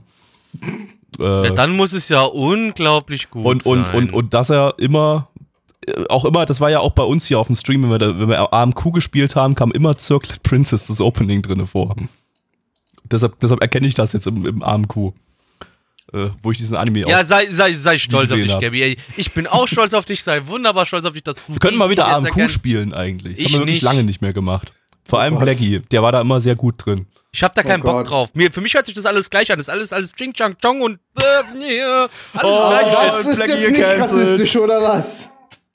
Äh, Ja, dann muss es ja unglaublich gut und, und, sein. und, und dass er immer, äh, auch immer, das war ja auch bei uns hier auf dem Stream, wenn wir, da, wenn wir A M Q gespielt haben, kam immer Circlet Princess das Opening drin vor. Deshalb, deshalb erkenne ich das jetzt im, im A M Q. Äh, wo ich diesen Anime ja, auch. sei, sei, sei stolz auf gesehen dich, hab. Gabi. Ey, ich bin auch stolz auf dich, sei wunderbar stolz auf dich. Dass Wir können mal wieder A M Q spielen. spielen eigentlich. Das Ich haben wir wirklich nicht. lange nicht mehr gemacht. Vor Oh allem Gott. Blackie, der war da immer sehr gut drin. Ich hab da keinen Oh Bock Gott. drauf. Mir, für mich hört sich das alles gleich an. Das ist alles, alles Ching Chang Chong und äh, nee, alles Oh, gleich. Das ist Blackie jetzt nicht gecancelt. rassistisch, oder was?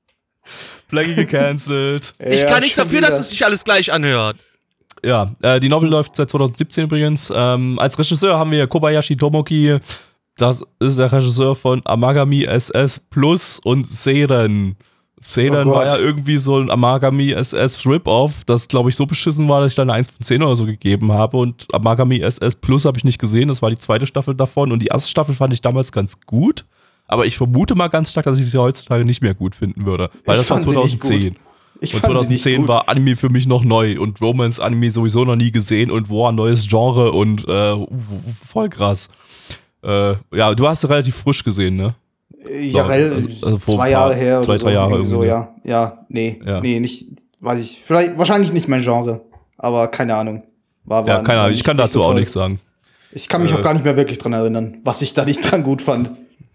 Blackie gecancelt. Ich Ja, kann nichts schon dafür, wieder. dass es sich alles gleich anhört. Ja, äh, die Novel läuft seit zwanzig siebzehn übrigens. Ähm, als Regisseur haben wir Kobayashi Tomoki. Das ist der Regisseur von Amagami S S Plus und Seiren. Seiren Oh war Gott. ja irgendwie so ein Amagami S S Rip-Off, das glaube ich so beschissen war, dass ich da eine eins von zehn oder so gegeben habe. Und Amagami S S Plus habe ich nicht gesehen, das war die zweite Staffel davon. Und die erste Staffel fand ich damals ganz gut. Aber ich vermute mal ganz stark, dass ich sie heutzutage nicht mehr gut finden würde. Weil Ich das war fand sie nicht zwanzig zehn. gut. Ich Und fand sie nicht zwanzig zehn gut. war Anime für mich noch neu und Romance-Anime sowieso noch nie gesehen und boah, neues Genre und äh, voll krass. Äh, ja, du hast sie relativ frisch gesehen, ne? Ja, rel- Also- also vor zwei ein paar- Jahre her zwei, oder so. drei Jahre irgendwie so, irgendwie, ja. Ja, nee, Ja. nee, nicht, weiß ich. Vielleicht, wahrscheinlich nicht mein Genre, aber keine Ahnung. War, Ja, war- keine war Ahnung, ich nicht- kann nicht dazu so auch toll. nichts sagen. Ich kann mich Äh. auch gar nicht mehr wirklich dran erinnern, was ich da nicht dran gut fand.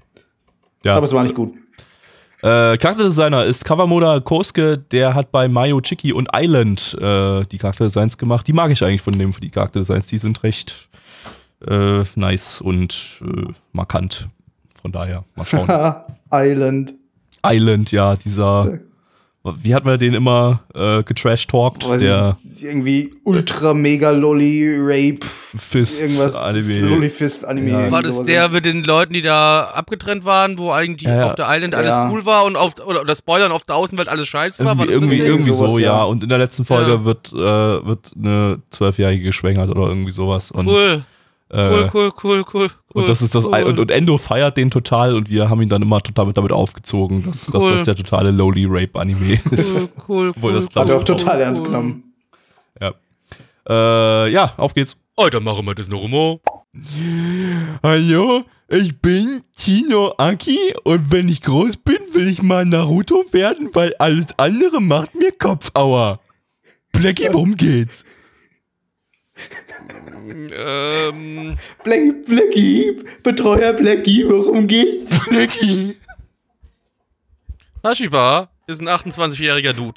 Ja. Aber es war nicht gut. Äh, Charakterdesigner ist Kawamoda Kosuke, der hat bei Mayo Chiki und Island äh, die Charakterdesigns gemacht. Die mag ich eigentlich von dem, die Charakterdesigns, die sind recht äh, nice und äh, markant. Von daher, mal schauen. Island. Island, ja, dieser, wie hat man den immer äh, getrash-talkt? Weiß Der ich, irgendwie ultra mega Lolly Rape Fist irgendwas Anime. Lolly Fist Anime. Ja. irgendwie War das sowas. der mit den Leuten, die da abgetrennt waren, wo eigentlich Ja, ja. auf der Island alles Ja. cool war und auf oder das Spoilern auf der Außenwelt alles scheiße war? War Irgendwie, das irgendwie, das? irgendwie so, sowas, ja. ja. Und in der letzten Folge Ja. wird, äh, wird eine Zwölfjährige geschwängert oder irgendwie sowas. Und Cool. Cool, cool, cool, cool. Und das ist das cool. und, und Endo feiert den total und wir haben ihn dann immer total damit aufgezogen, dass, Cool. dass das der totale Lowly Rape Anime ist. Cool, cool, Obwohl cool, das Hat er auch cool. total ernst genommen. Ja. Äh, ja, auf geht's. Oh, dann machen wir das noch immer. Hallo, ich bin Tino Aki und wenn ich groß bin, will ich mal Naruto werden, weil alles andere macht mir Kopfauer. Blackie, worum geht's? Ähm, Blackie, Blackie, Betreuer Blackie, worum geht's? Blackie. Hashiba ist ein achtundzwanzigjähriger Dude.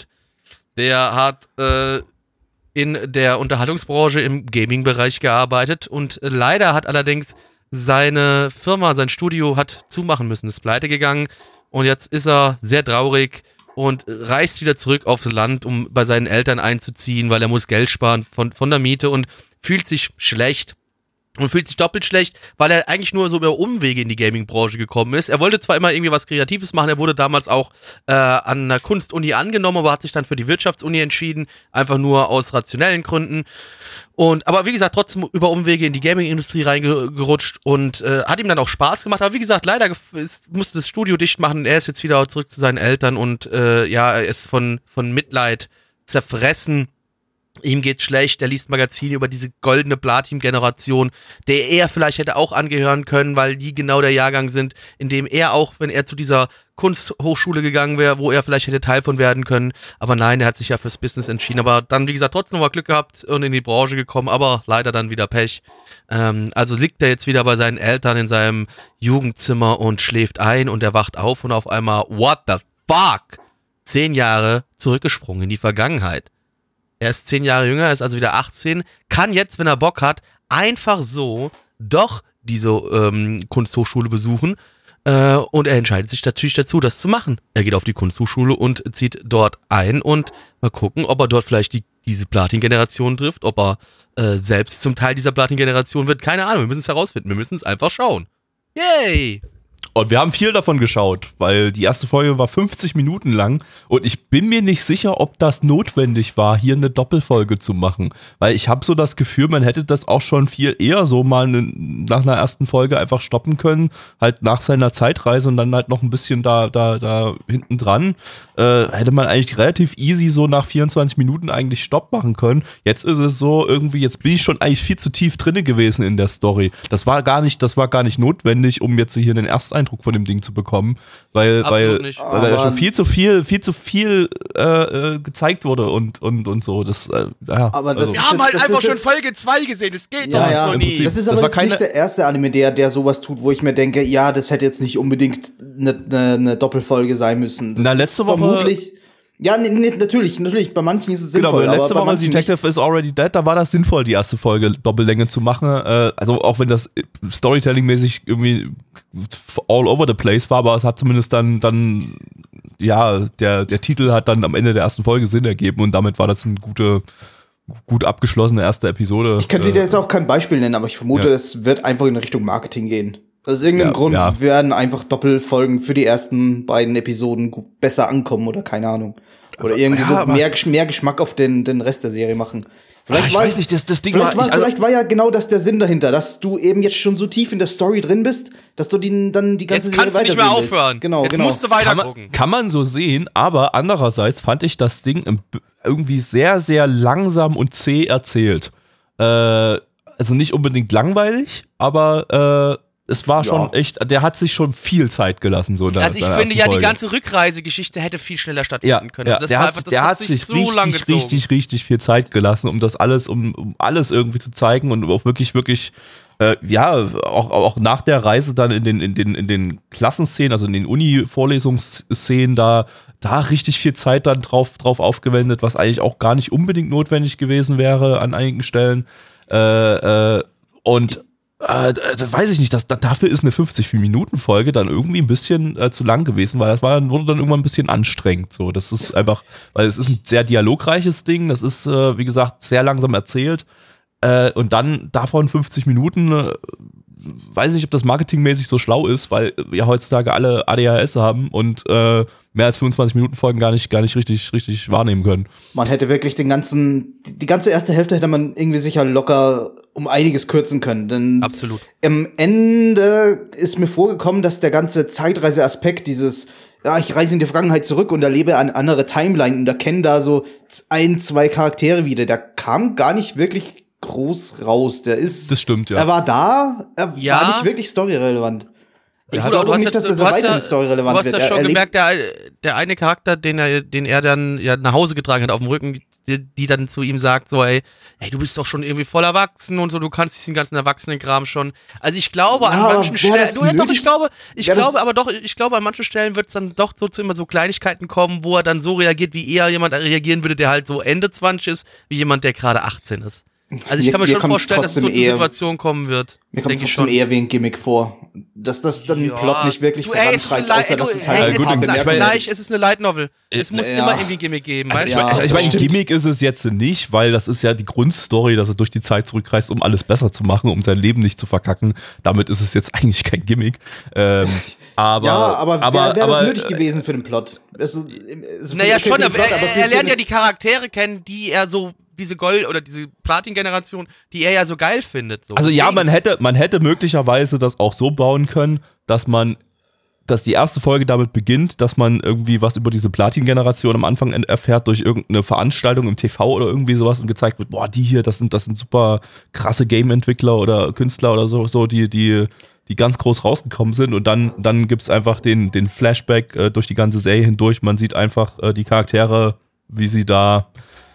Der hat äh, in der Unterhaltungsbranche im Gaming-Bereich gearbeitet und leider hat allerdings seine Firma, sein Studio hat zumachen müssen, ist pleite gegangen und jetzt ist er sehr traurig und reist wieder zurück aufs Land, um bei seinen Eltern einzuziehen, weil er muss Geld sparen von, von der Miete und fühlt sich schlecht. Und fühlt sich doppelt schlecht, weil er eigentlich nur so über Umwege in die Gaming-Branche gekommen ist. Er wollte zwar immer irgendwie was Kreatives machen, er wurde damals auch äh, an einer Kunstuni angenommen, aber hat sich dann für die Wirtschaftsuni entschieden, einfach nur aus rationellen Gründen. Und aber wie gesagt, trotzdem über Umwege in die Gaming-Industrie reingerutscht und äh, hat ihm dann auch Spaß gemacht. Aber wie gesagt, leider ist, musste das Studio dicht machen. Er ist jetzt wieder zurück zu seinen Eltern und äh, ja, er ist von, von Mitleid zerfressen. Ihm geht's schlecht, er liest Magazine über diese goldene Platin-Generation, der er vielleicht hätte auch angehören können, weil die genau der Jahrgang sind, in dem er auch, wenn er zu dieser Kunsthochschule gegangen wäre, wo er vielleicht hätte Teil von werden können. Aber nein, er hat sich ja fürs Business entschieden. Aber dann, wie gesagt, trotzdem noch mal Glück gehabt und in die Branche gekommen, aber leider dann wieder Pech. Ähm, also liegt er jetzt wieder bei seinen Eltern in seinem Jugendzimmer und schläft ein und er wacht auf und auf einmal, what the fuck? Zehn Jahre zurückgesprungen in die Vergangenheit. Er ist zehn Jahre jünger, ist also wieder achtzehn, kann jetzt, wenn er Bock hat, einfach so doch diese ähm, Kunsthochschule besuchen äh, und er entscheidet sich natürlich dazu, das zu machen. Er geht auf die Kunsthochschule und zieht dort ein und mal gucken, ob er dort vielleicht die, diese Platin-Generation trifft, ob er äh, selbst zum Teil dieser Platin-Generation wird. Keine Ahnung, wir müssen es herausfinden, wir müssen es einfach schauen. Yay! Und wir haben viel davon geschaut, weil die erste Folge war fünfzig Minuten lang und ich bin mir nicht sicher, ob das notwendig war, hier eine Doppelfolge zu machen. Weil ich habe so das Gefühl, man hätte das auch schon viel eher so mal ne, nach einer ersten Folge einfach stoppen können, halt nach seiner Zeitreise und dann halt noch ein bisschen da, da, da hinten dran. Äh, hätte man eigentlich relativ easy so nach vierundzwanzig Minuten eigentlich Stopp machen können. Jetzt ist es so irgendwie, jetzt bin ich schon eigentlich viel zu tief drinne gewesen in der Story. Das war gar nicht, das war gar nicht notwendig, um jetzt hier den Ersteindruck von dem Ding zu bekommen, weil, weil, nicht. weil da ja schon viel zu viel, viel zu viel äh, äh, gezeigt wurde und, und, und so. Das, äh, ja, Aber das also. Wir haben halt das einfach ist schon jetzt- Folge zwei gesehen, das geht Ja, doch ja, so im nie. Prinzip. Das ist Das aber war jetzt keine- nicht der erste Anime, der, der sowas tut, wo ich mir denke, ja, das hätte jetzt nicht unbedingt eine, eine, eine Doppelfolge sein müssen. Das Na, ist letzte Woche- vermutlich. Ja, nee, nee, natürlich, natürlich, bei manchen ist es Genau, sinnvoll, aber letzte aber bei Woche manchen nicht. Detective is Already Dead, da war das sinnvoll, die erste Folge Doppellänge zu machen. Äh, also auch wenn das Storytelling-mäßig irgendwie all over the place war, aber es hat zumindest dann, dann ja, der, der Titel hat dann am Ende der ersten Folge Sinn ergeben und damit war das eine gute, gut abgeschlossene erste Episode. Ich könnte Äh, dir jetzt auch kein Beispiel nennen, aber ich vermute, Ja. es wird einfach in Richtung Marketing gehen. Aus irgendeinem Ja, Grund ja. werden einfach Doppelfolgen für die ersten beiden Episoden gut, besser ankommen oder keine Ahnung. Oder irgendwie ja, so aber- mehr, Gesch- mehr Geschmack auf den, den Rest der Serie machen. Vielleicht ich war weiß es- nicht, das- das Ding vielleicht war- war, ich- also- vielleicht war ja genau das der Sinn dahinter, dass du eben jetzt schon so tief in der Story drin bist, dass du die, dann die ganze Jetzt Serie kannst du nicht mehr weitersehen willst. aufhören. Genau, Jetzt genau. musst du Kann weiter man, gucken. kann man so sehen, aber andererseits fand ich das Ding im- irgendwie sehr, sehr langsam und zäh erzählt. Äh, also nicht unbedingt langweilig, aber äh, es war Ja. schon echt, der hat sich schon viel Zeit gelassen. So in der, Also ich in der finde ersten ja, die Folge. ganze Rückreisegeschichte hätte viel schneller Ja, stattfinden können. ja. Also das der war hat, einfach, das der hat hat sich so lang richtig, gezogen. richtig, richtig viel Zeit gelassen, um das alles, um, um alles irgendwie zu zeigen und auch wirklich, wirklich, äh, ja, auch, auch nach der Reise dann in den, in den, in den Klassenszenen, also in den Uni-Vorlesungsszenen, da, da richtig viel Zeit dann drauf, drauf aufgewendet, was eigentlich auch gar nicht unbedingt notwendig gewesen wäre an einigen Stellen. Äh, äh, und Äh, da weiß ich nicht, das, da, dafür ist eine fünfzig-Minuten-Folge dann irgendwie ein bisschen äh, zu lang gewesen, weil das war, dann- wurde dann irgendwann ein bisschen anstrengend. So, das ist einfach, weil es ist ein sehr dialogreiches Ding, das ist, äh, wie gesagt, sehr langsam erzählt. Äh, und dann davon fünfzig Minuten, äh, weiß nicht, ob das marketingmäßig so schlau ist, weil wir heutzutage alle A D H S haben und äh, mehr als fünfundzwanzig Minuten Folgen gar nicht, gar nicht richtig, richtig wahrnehmen können. Man hätte wirklich den ganzen, die, die ganze erste Hälfte hätte man irgendwie sicher locker um einiges kürzen können. Denn Absolut. am Ende ist mir vorgekommen, dass der ganze Zeitreise-Aspekt, dieses, ja, ich reise in die Vergangenheit zurück und erlebe eine andere Timeline und erkenne da so ein, zwei Charaktere wieder, der kam gar nicht wirklich groß raus. Der ist. Das stimmt, ja. Er war da, er Ja. war nicht wirklich storyrelevant. Ich Gut, glaube aber auch du nicht, hast dass ja- das du hast weiterhin ja- storyrelevant Du hast wird. ja Er- schon er lebt- gemerkt, der, der eine Charakter, den er, den er dann ja nach Hause getragen hat auf dem Rücken, die, die dann zu ihm sagt, so, ey, ey, du bist doch schon irgendwie voll erwachsen und so, du kannst diesen ganzen Erwachsenenkram schon. Also ich glaube Ja, an aber manchen wär Stellen, das du, ja, doch, nötig? ich glaube, ich Wär das- glaube aber doch, ich glaube an manchen Stellen wird es dann doch so zu immer so Kleinigkeiten kommen, wo er dann so reagiert, wie eher jemand reagieren würde, der halt so Ende zwanzig ist, wie jemand, der gerade achtzehn ist. Also ich Mir- kann mir mir schon kommt's vorstellen, dass es so trotzdem zur eher- Situation kommen wird. Mir kommt es Denke ich trotzdem schon. eher wie ein Gimmick vor. Dass das dann Ja. Plot nicht wirklich Du, ey, es ist vorantreibt, eine außer Light- dass du, es ey, halt Ja, ein gut, paar ich Gleich, Bemerkungen es ist eine Light Novel. Es muss ja. immer irgendwie ein Gimmick geben, weißt du? Ja, Also ich meine, ein stimmt. Gimmick ist es jetzt nicht, weil das ist ja die Grundstory, dass er durch die Zeit zurückreist, um alles besser zu machen, um sein Leben nicht zu verkacken. Damit ist es jetzt eigentlich kein Gimmick. Ähm, aber, ja, aber, aber, wäre wär aber, das nötig gewesen für den Plot? Also, also Naja, okay, schon, für den aber Plot, er, für- er lernt für- ja die Charaktere kennen, die er so, diese Gold- oder diese Platin-Generation, die er ja so geil findet. So. Also ja, Deswegen- man hätte, man hätte möglicherweise das auch so bauen können, dass man, dass die erste Folge damit beginnt, dass man irgendwie was über diese Platin-Generation am Anfang en- erfährt durch irgendeine Veranstaltung im T V oder irgendwie sowas und gezeigt wird, boah, die hier, das sind, das sind super krasse Game-Entwickler oder Künstler oder so, so die, die, die ganz groß rausgekommen sind und dann, dann gibt's einfach den, den Flashback äh, durch die ganze Serie hindurch. Man sieht einfach äh, die Charaktere, wie sie da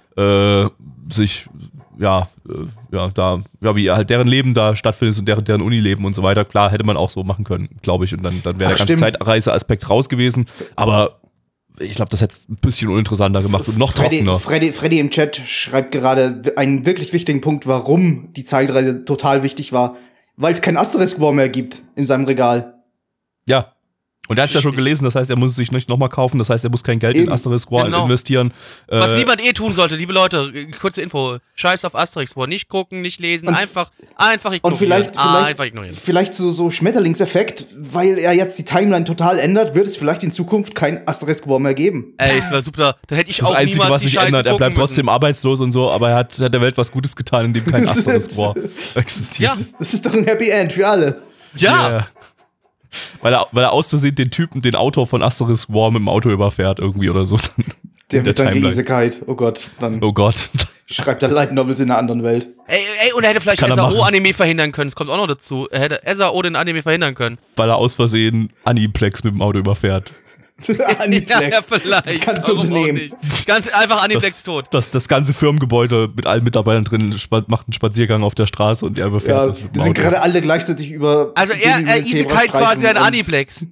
äh, sich ja, äh, ja, da, ja, wie halt deren Leben da stattfindet und deren, deren Unileben und so weiter. Klar, hätte man auch so machen können, glaube ich. Und dann, dann wäre Ach, der ganze stimmt. Zeitreise-Aspekt raus gewesen. Aber ich glaube, das hätte es ein bisschen uninteressanter gemacht und noch Freddy, trockener. Freddy, Freddy im Chat schreibt gerade einen wirklich wichtigen Punkt, warum die Zeitreise total wichtig war. Weil es kein Asterisk-War mehr gibt in seinem Regal. Ja. Und er hat es ja schon gelesen, das heißt, er muss es sich nicht nochmal kaufen, das heißt, er muss kein Geld Eben. in Asterisk War Genau. investieren. Was Äh, niemand eh tun sollte, liebe Leute, äh, kurze Info. Scheiß auf Asterix vor. Nicht gucken, nicht lesen, Und- einfach, einfach ignorieren. Und vielleicht, ah, vielleicht, einfach ignorieren. vielleicht so, so Schmetterlingseffekt, weil er jetzt die Timeline total ändert, wird es vielleicht in Zukunft kein Asterisk-War mehr geben. Ey, es war super. Da hätte ich das ist auch das Einzige, niemals was die sich Scheiße ändert. Er bleibt gucken trotzdem arbeitslos und so, aber er hat, hat der Welt was Gutes getan, indem kein Asterisk War existiert. Ja. Das ist doch ein Happy End für alle. müssen. Ja. Ja. Weil er, weil er aus Versehen den Typen, den Autor von Asterisk War mit dem Auto überfährt irgendwie oder so. Der In wird dann Timeline. Geisigkeit. Oh Gott, dann Oh Gott. schreibt er Light Novels in einer anderen Welt. Ey, ey, und er hätte vielleicht Kann er S A machen. O-Anime verhindern können. Das kommt auch noch dazu. Er hätte S A O den Anime verhindern können. Weil er aus Versehen Aniplex mit dem Auto überfährt. Aniplex. Ja, vielleicht. Das kannst du Warum auch unternehmen. nicht? Ganz einfach Aniplex Das, tot. das, das ganze Firmengebäude mit allen Mitarbeitern drin spa- macht einen Spaziergang auf der Straße und er überfährt Ja, das mit die dem sind Auto. gerade alle gleichzeitig über. Also er, gegen er den Isekai Zebrastreifen quasi ein und- Aniplex.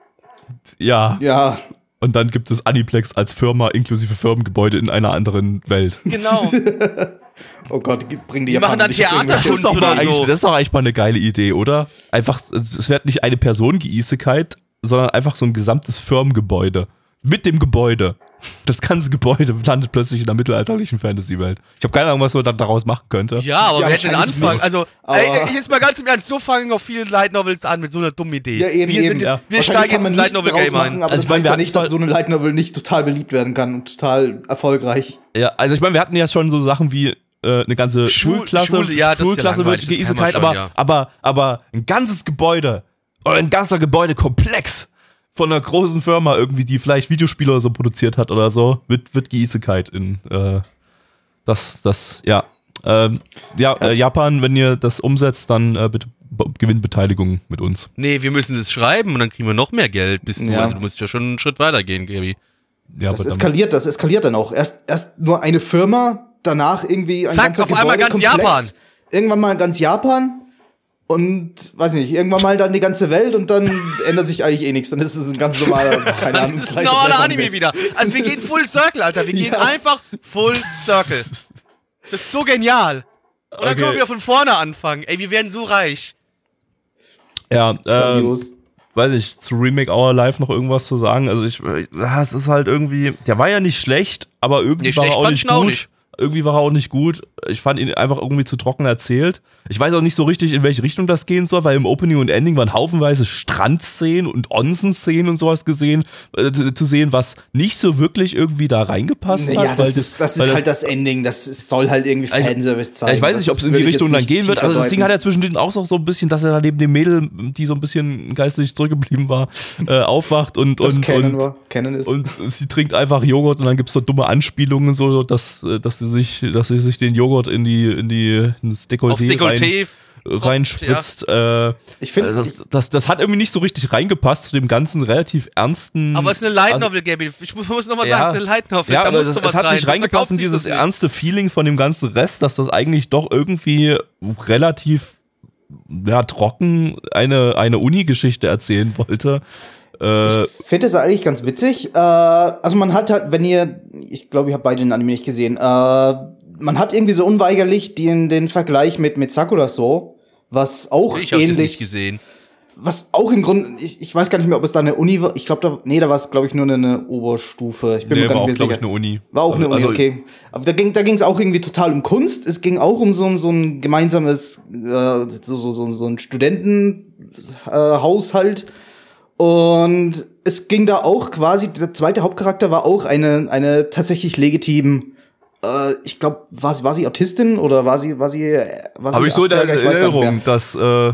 Ja. Ja, Und dann gibt es Aniplex als Firma inklusive Firmengebäude in einer anderen Welt. Genau. oh Gott, bring die Die machen Japaner dann nicht auf Theater- irgendwelche- Das ist, doch Kunst mal oder eigentlich, so. das ist doch eigentlich mal eine geile Idee, oder? Einfach, es wird nicht eine Person geisekait, sondern einfach so ein gesamtes Firmengebäude. Mit dem Gebäude. Das ganze Gebäude landet plötzlich in der mittelalterlichen Fantasy-Welt. Ich habe keine Ahnung, was man dann daraus machen könnte. Ja, aber Ja, wir hätten den wahrscheinlich Anfang. nichts. Also, Aber- ey, jetzt mal ganz im Ernst, so fangen auch viele Light Novels an mit so einer dummen Idee. Ja, eben, wir eben. sind jetzt, Ja. wir Wahrscheinlich steigen kann jetzt man ins Light nichts Novel daraus Game machen, ein. aber Also das ich meine, heißt wir ja hatten nicht, dass voll- so eine Light Novel nicht total beliebt werden kann und total erfolgreich. Ja, also ich meine, wir hatten ja schon so Sachen wie äh, eine ganze Schul- Schulklasse, Schule, ja, das ist ja Schulklasse langweilig, wird das kann man geisekait, schon, aber, ja. aber, aber ein ganzes Gebäude oder ein ganzer Gebäudekomplex von einer großen Firma irgendwie, die vielleicht Videospiele oder so produziert hat oder so, wird, wird geisekait in äh, das, das, ja. Ähm, ja, äh, Japan, wenn ihr das umsetzt, dann äh, bitte B- Gewinnbeteiligung mit uns. Nee, wir müssen es schreiben und dann kriegen wir noch mehr Geld. Bist du, Ja. also du musst ja schon einen Schritt weiter gehen, Gaby. Ja, Das aber dann- eskaliert, das eskaliert dann auch. Erst, erst nur eine Firma, danach irgendwie ein Zack, ganzer auf einmal ganz Gebäudekomplex, Japan. Irgendwann mal ganz Japan und, weiß nicht, irgendwann mal dann die ganze Welt und dann ändert sich eigentlich eh nichts. Dann ist es ein ganz normaler, keine Ahnung, Das ist ein gleicher normaler Fleisch- Anime wieder. Also wir gehen Full Circle, Alter. Wir gehen Ja. einfach Full Circle. Das ist so genial. Und dann Okay. können wir wieder von vorne anfangen. Ey, wir werden so reich. ja, äh, Grandios. weiß ich, zu Remake Our Life noch irgendwas zu sagen. Also ich, ja, es ist halt irgendwie, der war ja nicht schlecht, aber irgendwie Nee, war schlecht er auch fand nicht ich ihn auch gut. nicht. Irgendwie war er auch nicht gut. Ich fand ihn einfach irgendwie zu trocken erzählt. Ich weiß auch nicht so richtig, in welche Richtung das gehen soll, weil im Opening und Ending waren haufenweise Strandszenen und Onsen-Szenen und sowas gesehen, äh, zu, zu sehen, was nicht so wirklich irgendwie da reingepasst Ja, hat. das, weil ist, das ist weil halt das Ending. Das ist, soll halt irgendwie Also, Fanservice Ja, zeigen. ich weiß nicht, ob es in die Richtung dann gehen wird. Also das Ding hat ja zwischendrin auch so ein bisschen, dass er da neben dem Mädel, die so ein bisschen geistig zurückgeblieben war, äh, aufwacht und das und, Canon und, war. Canon ist. und sie trinkt einfach Joghurt und dann gibt es so dumme Anspielungen, so dass, dass sie sich, dass sie sich den Joghurt in die in die ins Dekolleté, Aufs Dekolleté rein, reinspritzt. Ja. Äh, ich finde, das, das, das hat irgendwie nicht so richtig reingepasst zu dem ganzen relativ ernsten. Aber es ist eine Light Novel, Gabby. Ich muss nochmal Ja. sagen, es ist eine Light Novel. Ja, da aber muss es, sowas es hat rein. nicht Das reingepasst in verkauft sich dieses das nicht. ernste Feeling von dem ganzen Rest, dass das eigentlich doch irgendwie relativ ja, trocken eine, eine Uni-Geschichte erzählen wollte. Äh, ich finde das eigentlich ganz witzig. Äh, also man hat halt, wenn ihr, ich glaube, ich habe beide den Anime nicht gesehen, äh, man hat irgendwie so unweigerlich den, den Vergleich mit, mit Sakura So, was auch Ich habe das nicht ähnlich, gesehen. was auch im Grunde, ich, ich weiß gar nicht mehr, ob es da eine Uni war, ich glaube, da, nee, da war es, glaube ich, nur eine, eine Oberstufe. Ich bin nee, mir gar war auch, nicht mehr glaube sicher. ich, eine Uni. War auch eine Uni, Also, okay. Aber da ging da ging es auch irgendwie total um Kunst. Es ging auch um so, ein so ein gemeinsames, äh, so, so, so, so ein Studentenhaushalt. Und es ging da auch quasi, der zweite Hauptcharakter war auch eine, eine tatsächlich legitim, äh, ich glaube, war sie, war sie Autistin oder war sie, war sie, war sie Habe ich so in der Asperger? Ich weiß gar nicht mehr. Erinnerung, dass äh,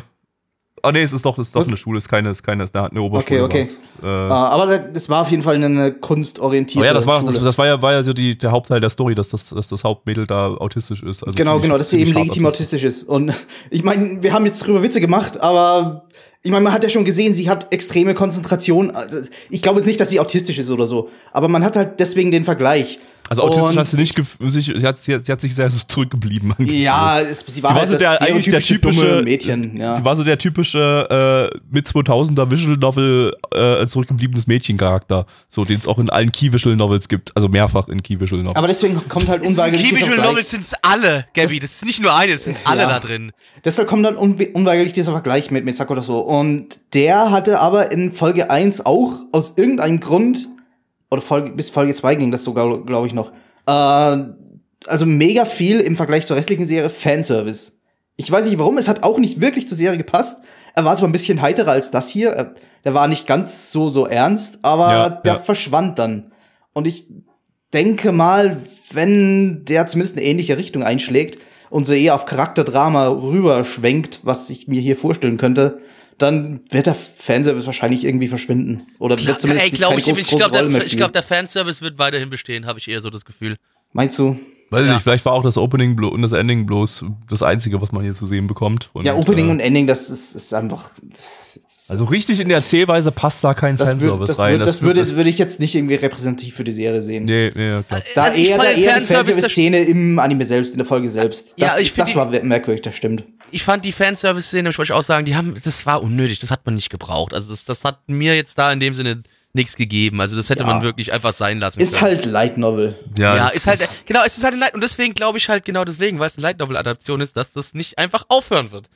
ah nee, es ist doch, es ist doch eine Schule, es ist keine, es ist keine, da hat eine Oberschule. Okay, okay. war's. Äh, Ah, aber das war auf jeden Fall eine kunstorientierte aber ja, das war, Schule. das, das war ja, war ja so die, der Hauptteil der Story, dass das, dass das Hauptmädel da autistisch ist. Also Genau, ziemlich- genau, dass sie eben ziemlich hart legitim autistisch ist. Und ich meine, wir haben jetzt drüber Witze gemacht, aber ich meine, man hat ja schon gesehen, sie hat extreme Konzentration. Also, ich glaube jetzt nicht, dass sie autistisch ist oder so, aber man hat halt deswegen den Vergleich. Also autistisch Und- hat sie nicht, gef- sich, sie, hat, sie, hat, sie hat sich sehr so zurückgeblieben. angefühlt. Ja, es, sie war Sie war halt so das der, eigentlich der stereotypische typische dumme Mädchen. Ja. Sie war so der typische äh, mit zweitausender Visual Novel äh, zurückgebliebenes Mädchencharakter, so den es auch in allen Key Visual Novels gibt, also mehrfach in Key Visual Novels. Aber deswegen kommt halt unweigerlich Key dieser Visual Vergleich. Novels sind alle, Gabby. Das ist nicht nur eine, das sind alle Ja. da drin. Deshalb kommt dann unwe- unweigerlich dieser Vergleich mit, mit Sakura So. Und der hatte aber in Folge eins auch aus irgendeinem Grund, oder Folge, bis Folge zwei ging das sogar, glaube ich, noch, äh, also mega viel im Vergleich zur restlichen Serie Fanservice. Ich weiß nicht warum, es hat auch nicht wirklich zur Serie gepasst. Er war zwar ein bisschen heiterer als das hier, er, der war nicht ganz so, so ernst, aber Ja, der ja. verschwand dann. Und ich denke mal, wenn der zumindest eine ähnliche Richtung einschlägt und so eher auf Charakterdrama rüberschwenkt, was ich mir hier vorstellen könnte, dann wird der Fanservice wahrscheinlich irgendwie verschwinden. Oder wird zumindest Ey, glaub keine ich, große, ich große glaube, Rolle mehr der, ich spielen. glaub, der Fanservice wird weiterhin bestehen, habe ich eher so das Gefühl. Meinst du? Weiß ich Ja. nicht, vielleicht war auch das Opening blo- und das Ending bloß das Einzige, was man hier zu sehen bekommt. Und, Ja, Opening äh, und Ending, das ist, ist einfach. Also richtig in der Erzählweise passt da kein Das, Fanservice würd, das, rein. würd, das, würde, das- das würde ich jetzt nicht irgendwie repräsentativ für die Serie sehen. Nee, nee, klar. Da Also ich eher, fand da den eher die Fanservice, das- Fanservice-Szene im Anime selbst, in der Folge selbst. Das, Ja, ich ist- find das die- war merkwürdig, das stimmt. Ich fand die Fanservice-Szene, ich wollte auch sagen, die haben, das war unnötig, das hat man nicht gebraucht. Also das, das hat mir jetzt da in dem Sinne nichts gegeben. Also das hätte Ja. man wirklich einfach sein lassen Ist können. halt Light Novel. Ja, Ja, das- ist halt, genau, es ist halt ein Light, und deswegen glaube ich halt genau deswegen, weil es eine Light Novel Adaption ist, dass das nicht einfach aufhören wird.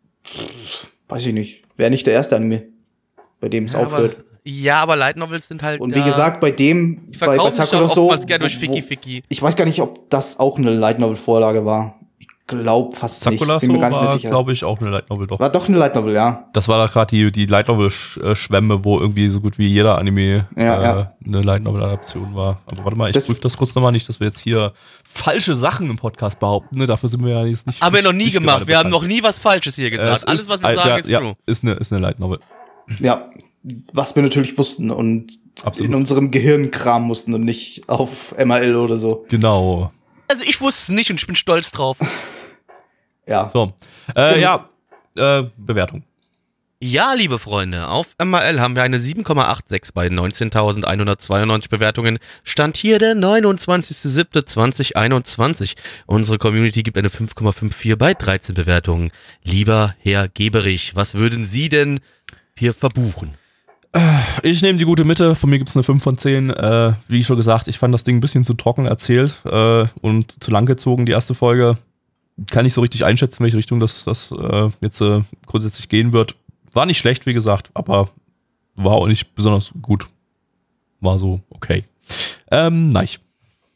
Weiß ich nicht. Wäre nicht der erste Anime, bei dem es aufhört. Aber, ja, aber Light Novels sind halt. Und wie ja, gesagt, bei dem, die bei, bei verkaufen sich Sakura auch So, oftmals gern durch wo- Ficky wo- Ficky. ich weiß gar nicht, ob das auch eine Light Novel Vorlage war. Ich glaube fast Sakura nicht. Bin mir So gar nicht mehr war, sicher. glaube ich, auch eine Light Novel doch. War doch eine Light Novel, ja. Das war da gerade die, die Light Novel Sch- äh, Schwemme, wo irgendwie so gut wie jeder Anime Ja, äh, ja. eine Light Novel Adaption war. Aber warte mal, ich Das- prüfe das kurz nochmal nicht, dass wir jetzt hier falsche Sachen im Podcast behaupten. Ne? Dafür sind wir ja jetzt nicht. Haben wir noch nie nicht gemacht. gerade Wir haben bekannt. noch nie was Falsches hier Äh, gesagt. es Alles, ist- was wir äh, sagen, ja, ist ja, true. Ist eine, ist eine Light Novel. Ja, was wir natürlich wussten und Absolut. in unserem Gehirn kramen mussten und nicht auf M A L oder so. Genau. Also ich wusste es nicht und ich bin stolz drauf. Ja. So. Äh, ja, äh, Bewertung. Ja, liebe Freunde, auf M A L haben wir eine sieben Komma sechsundachtzig bei neunzehntausendeinhundertzweiundneunzig Bewertungen. Stand hier der neunundzwanzigster siebter zweitausendeinundzwanzig. Unsere Community gibt eine fünf Komma vierundfünfzig bei dreizehn Bewertungen. Lieber Herr Geberich, was würden Sie denn hier verbuchen? Ich nehme die gute Mitte. Von mir gibt es eine fünf von zehn. Äh, wie schon gesagt, ich fand das Ding ein bisschen zu trocken erzählt äh, und zu lang gezogen, die erste Folge. Kann nicht so richtig einschätzen, in welche Richtung das, das äh, jetzt äh, grundsätzlich gehen wird. War nicht schlecht, wie gesagt, aber war auch nicht besonders gut. War so okay. Ähm, nein.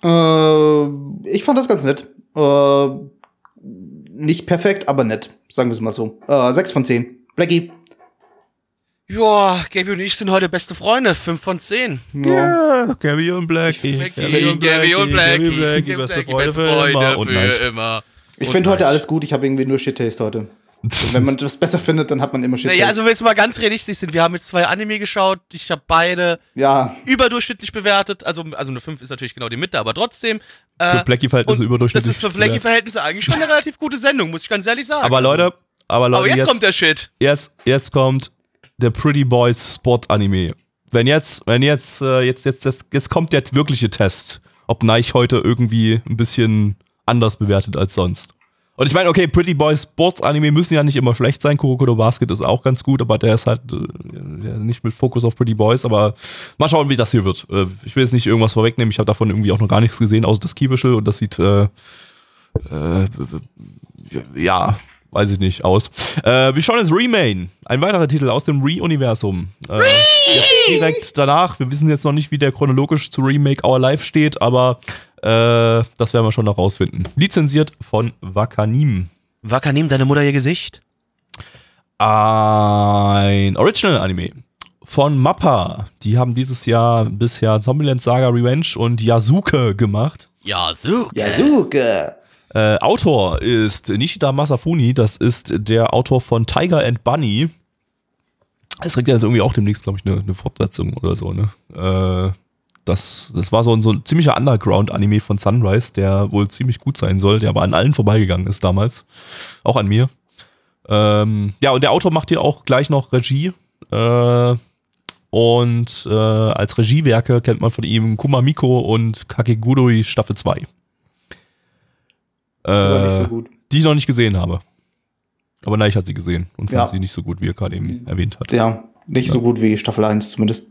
Äh, ich fand das ganz nett. Äh, nicht perfekt, aber nett. Sagen wir es mal so. Äh, sechs von zehn. Blackie. Ja, Gaby und ich sind heute beste Freunde. fünf von zehn. Ja, Gabby und Blackie. Gabby und Blackie. Gabby und Blackie. Blackie, Beste Blackie, Freunde für immer. Und für nice. immer. Ich Und finde heute nice. alles gut. Ich habe irgendwie nur Shit-Taste heute. Und wenn man das besser findet, dann hat man immer Shit-Taste. Naja, also wenn wir jetzt mal ganz realistisch sind, wir haben jetzt zwei Anime geschaut, ich habe beide ja, überdurchschnittlich bewertet, also, also eine fünf ist natürlich genau die Mitte, aber trotzdem. Für Äh, Blackie-Verhältnisse und überdurchschnittlich. das ist für Blackie-Verhältnisse eigentlich schon eine relativ gute Sendung, muss ich ganz ehrlich sagen. Aber Leute, aber Leute, aber jetzt, jetzt, kommt der Shit. jetzt, jetzt kommt der Pretty Boys Sport Anime. Wenn jetzt, wenn jetzt, äh, jetzt, jetzt, jetzt, jetzt kommt der wirkliche Test, ob Nike heute irgendwie ein bisschen anders bewertet als sonst. Und ich meine, okay, Pretty Boys Sports Anime müssen ja nicht immer schlecht sein. Kuroko no Basket ist auch ganz gut, aber der ist halt äh, nicht mit Fokus auf Pretty Boys. Aber mal schauen, wie das hier wird. Äh, ich will jetzt nicht irgendwas vorwegnehmen. Ich habe davon irgendwie auch noch gar nichts gesehen, außer das Key-Visual. Und das sieht, äh, äh, ja, weiß ich nicht, aus. Äh, wir schauen jetzt Remain. Ein weiterer Titel aus dem Re-Universum. Äh, jetzt direkt danach. Wir wissen jetzt noch nicht, wie der chronologisch zu Remake Our Life steht, aber Äh, das werden wir schon noch rausfinden. Lizenziert von Wakanim. Wakanim, deine Mutter ihr Gesicht? Ein Original-Anime von Mappa. Die haben dieses Jahr bisher Zombieland Saga Revenge und Yasuke gemacht. Yasuke. Yasuke. Äh, Autor ist Nishida Masafumi. Das ist der Autor von Tiger and Bunny. Es kriegt ja jetzt irgendwie auch demnächst, glaube ich, eine, eine Fortsetzung oder so, ne? Äh, Das, das war so ein, so ein ziemlicher Underground-Anime von Sunrise, der wohl ziemlich gut sein soll, der aber an allen vorbeigegangen ist damals. Auch an mir. Ähm, ja, und der Autor macht hier auch gleich noch Regie. Äh, und äh, als Regiewerke kennt man von ihm Kumamiko und Kakegurui Staffel zwei. Äh, Aber nicht so gut. Die ich noch nicht gesehen habe. Aber nein, ich hatte sie gesehen und fand Ja. sie nicht so gut, wie er gerade eben erwähnt hat. Ja, nicht so gut wie Staffel eins zumindest.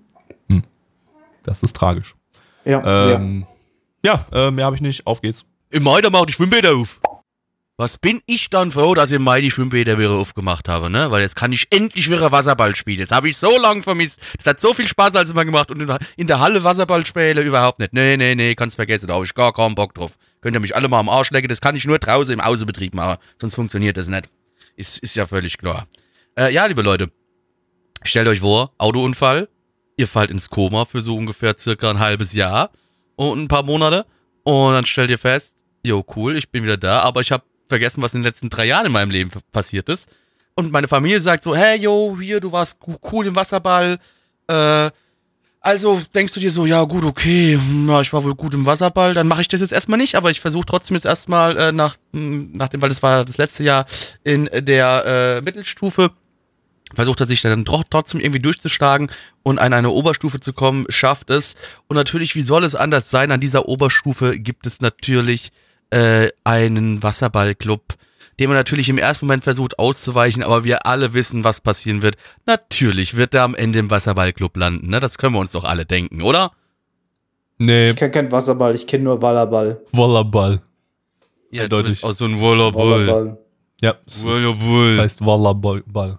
Das ist tragisch. Ja, Ähm, ja, äh, mehr habe ich nicht. Auf geht's. Im Mai, da macht die Schwimmbäder auf. Was bin ich dann froh, dass ich im Mai die Schwimmbäder wieder aufgemacht habe, ne? Weil jetzt kann ich endlich wieder Wasserball spielen. Jetzt habe ich so lange vermisst. Das hat so viel Spaß als immer gemacht und in der, in der Halle Wasserball spielen überhaupt nicht. Nee, nee, nee, kannst vergessen, da habe ich gar keinen Bock drauf. Könnt ihr mich alle mal am Arsch lecken, das kann ich nur draußen im Außenbetrieb machen. Sonst funktioniert das nicht. Ist, ist ja völlig klar. Äh, ja, liebe Leute. Stellt euch vor, Autounfall. Ihr fallt ins Koma für so ungefähr circa ein halbes Jahr und ein paar Monate. Und dann stellt ihr fest, jo, cool, ich bin wieder da, aber ich habe vergessen, was in den letzten drei Jahren in meinem Leben passiert ist. Und meine Familie sagt so, hey, jo, hier, du warst cool im Wasserball. Äh, also denkst du dir so, ja gut, okay, ja, ich war wohl gut im Wasserball, dann mache ich das jetzt erstmal nicht, aber ich versuche trotzdem jetzt erstmal äh, nach, nach dem, weil das war das letzte Jahr in der äh, Mittelstufe, versucht er sich dann trotzdem irgendwie durchzuschlagen und an eine Oberstufe zu kommen, schafft es. Und natürlich, wie soll es anders sein? An dieser Oberstufe gibt es natürlich äh, einen Wasserballclub, dem man natürlich im ersten Moment versucht auszuweichen, aber wir alle wissen, was passieren wird. Natürlich wird er am Ende im Wasserballclub landen, ne? Das können wir uns doch alle denken, oder? Nee, Ich kenne keinen Wasserball, ich kenne nur Wallerball. Volleyball. Ja, Eindeutig. du bist auch so ein Volleyball. Wallerball. Ja, es ist- Volleyball. heißt Volleyball. Ball.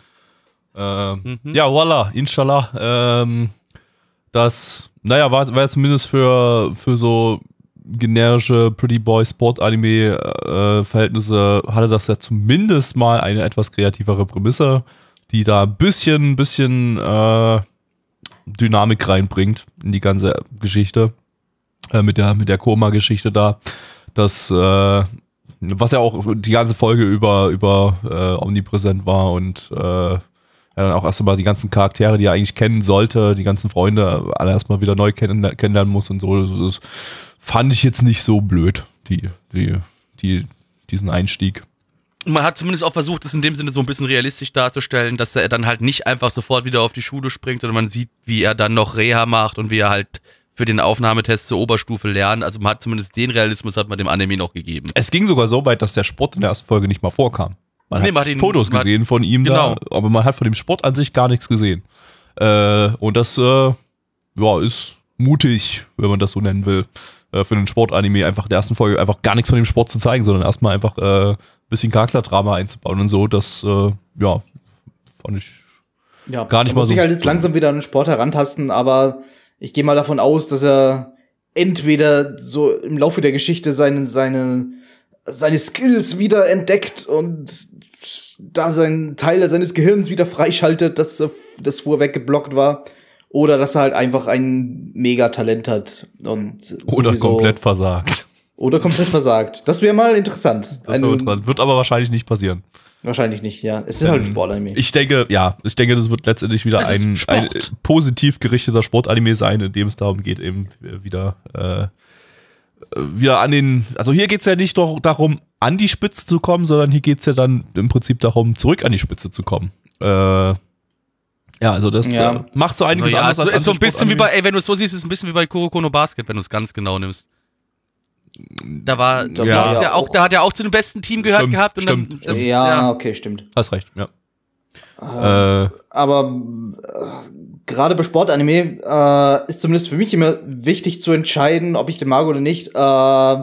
Ähm, Mhm. Ja, voila, inshallah. Ähm, das, naja, war, war ja zumindest für, für so generische Pretty Boy Sport Anime äh, Verhältnisse hatte das ja zumindest mal eine etwas kreativere Prämisse, die da ein bisschen, bisschen äh, Dynamik reinbringt in die ganze Geschichte. Äh, mit der, mit der Koma-Geschichte da. Das, äh, was ja auch die ganze Folge über, über äh, omnipräsent war und äh, ja, dann auch erst einmal die ganzen Charaktere, die er eigentlich kennen sollte, die ganzen Freunde alle erstmal wieder neu kennen, kennenlernen muss und so. Das fand ich jetzt nicht so blöd, die, die, die, diesen Einstieg. Man hat zumindest auch versucht, es in dem Sinne so ein bisschen realistisch darzustellen, dass er dann halt nicht einfach sofort wieder auf die Schule springt, sondern man sieht, wie er dann noch Reha macht und wie er halt für den Aufnahmetest zur Oberstufe lernt. Also man hat zumindest den Realismus hat man dem Anime noch gegeben. Es ging sogar so weit, dass der Sport in der ersten Folge nicht mal vorkam. Man Nee, hat man hat ihn- Fotos man hat- gesehen von ihm genau. da, aber man hat von dem Sport an sich gar nichts gesehen. Äh, und das äh, ja, ist mutig, wenn man das so nennen will, äh, für einen Sportanime einfach in der ersten Folge einfach gar nichts von dem Sport zu zeigen, sondern erstmal einfach äh, ein bisschen Charakterdrama einzubauen und so. Das, äh, ja, fand ich Ja, Gar nicht da mal muss so- ich halt jetzt langsam wieder an den Sport herantasten, aber ich gehe mal davon aus, dass er entweder so im Laufe der Geschichte seine, seine, seine Skills wieder entdeckt und da sein Teile seines Gehirns wieder freischaltet, das, das vorher weggeblockt war. Oder dass er halt einfach ein Megatalent hat. Und Oder komplett versagt. Oder komplett versagt. Das wäre mal interessant. Das wird, wird aber wahrscheinlich nicht passieren. Wahrscheinlich nicht, ja. Es ist ähm, halt ein Sportanime. Ich denke, ja, ich denke, das wird letztendlich wieder ein, ein positiv gerichteter Sportanime sein, in dem es darum geht, eben wieder, äh, wieder an den, also hier geht es ja nicht doch darum, an die Spitze zu kommen, sondern hier geht es ja dann im Prinzip darum, zurück an die Spitze zu kommen. Äh, Ja, also das ja. äh, macht so einiges ja, anderes. Es ist so ein bisschen wie bei, ey, wenn du es so siehst, ist es ein bisschen wie bei Kuroko no Basket, wenn du es ganz genau nimmst. Da war, da, ja. ja auch, da hat er auch zu dem besten Team gehört stimmt, gehabt. Und stimmt, dann, das, ja, ja, okay, stimmt. Hast recht, ja. Äh, äh, aber äh, gerade bei Sportanime äh, ist zumindest für mich immer wichtig zu entscheiden, ob ich den mag oder nicht, äh,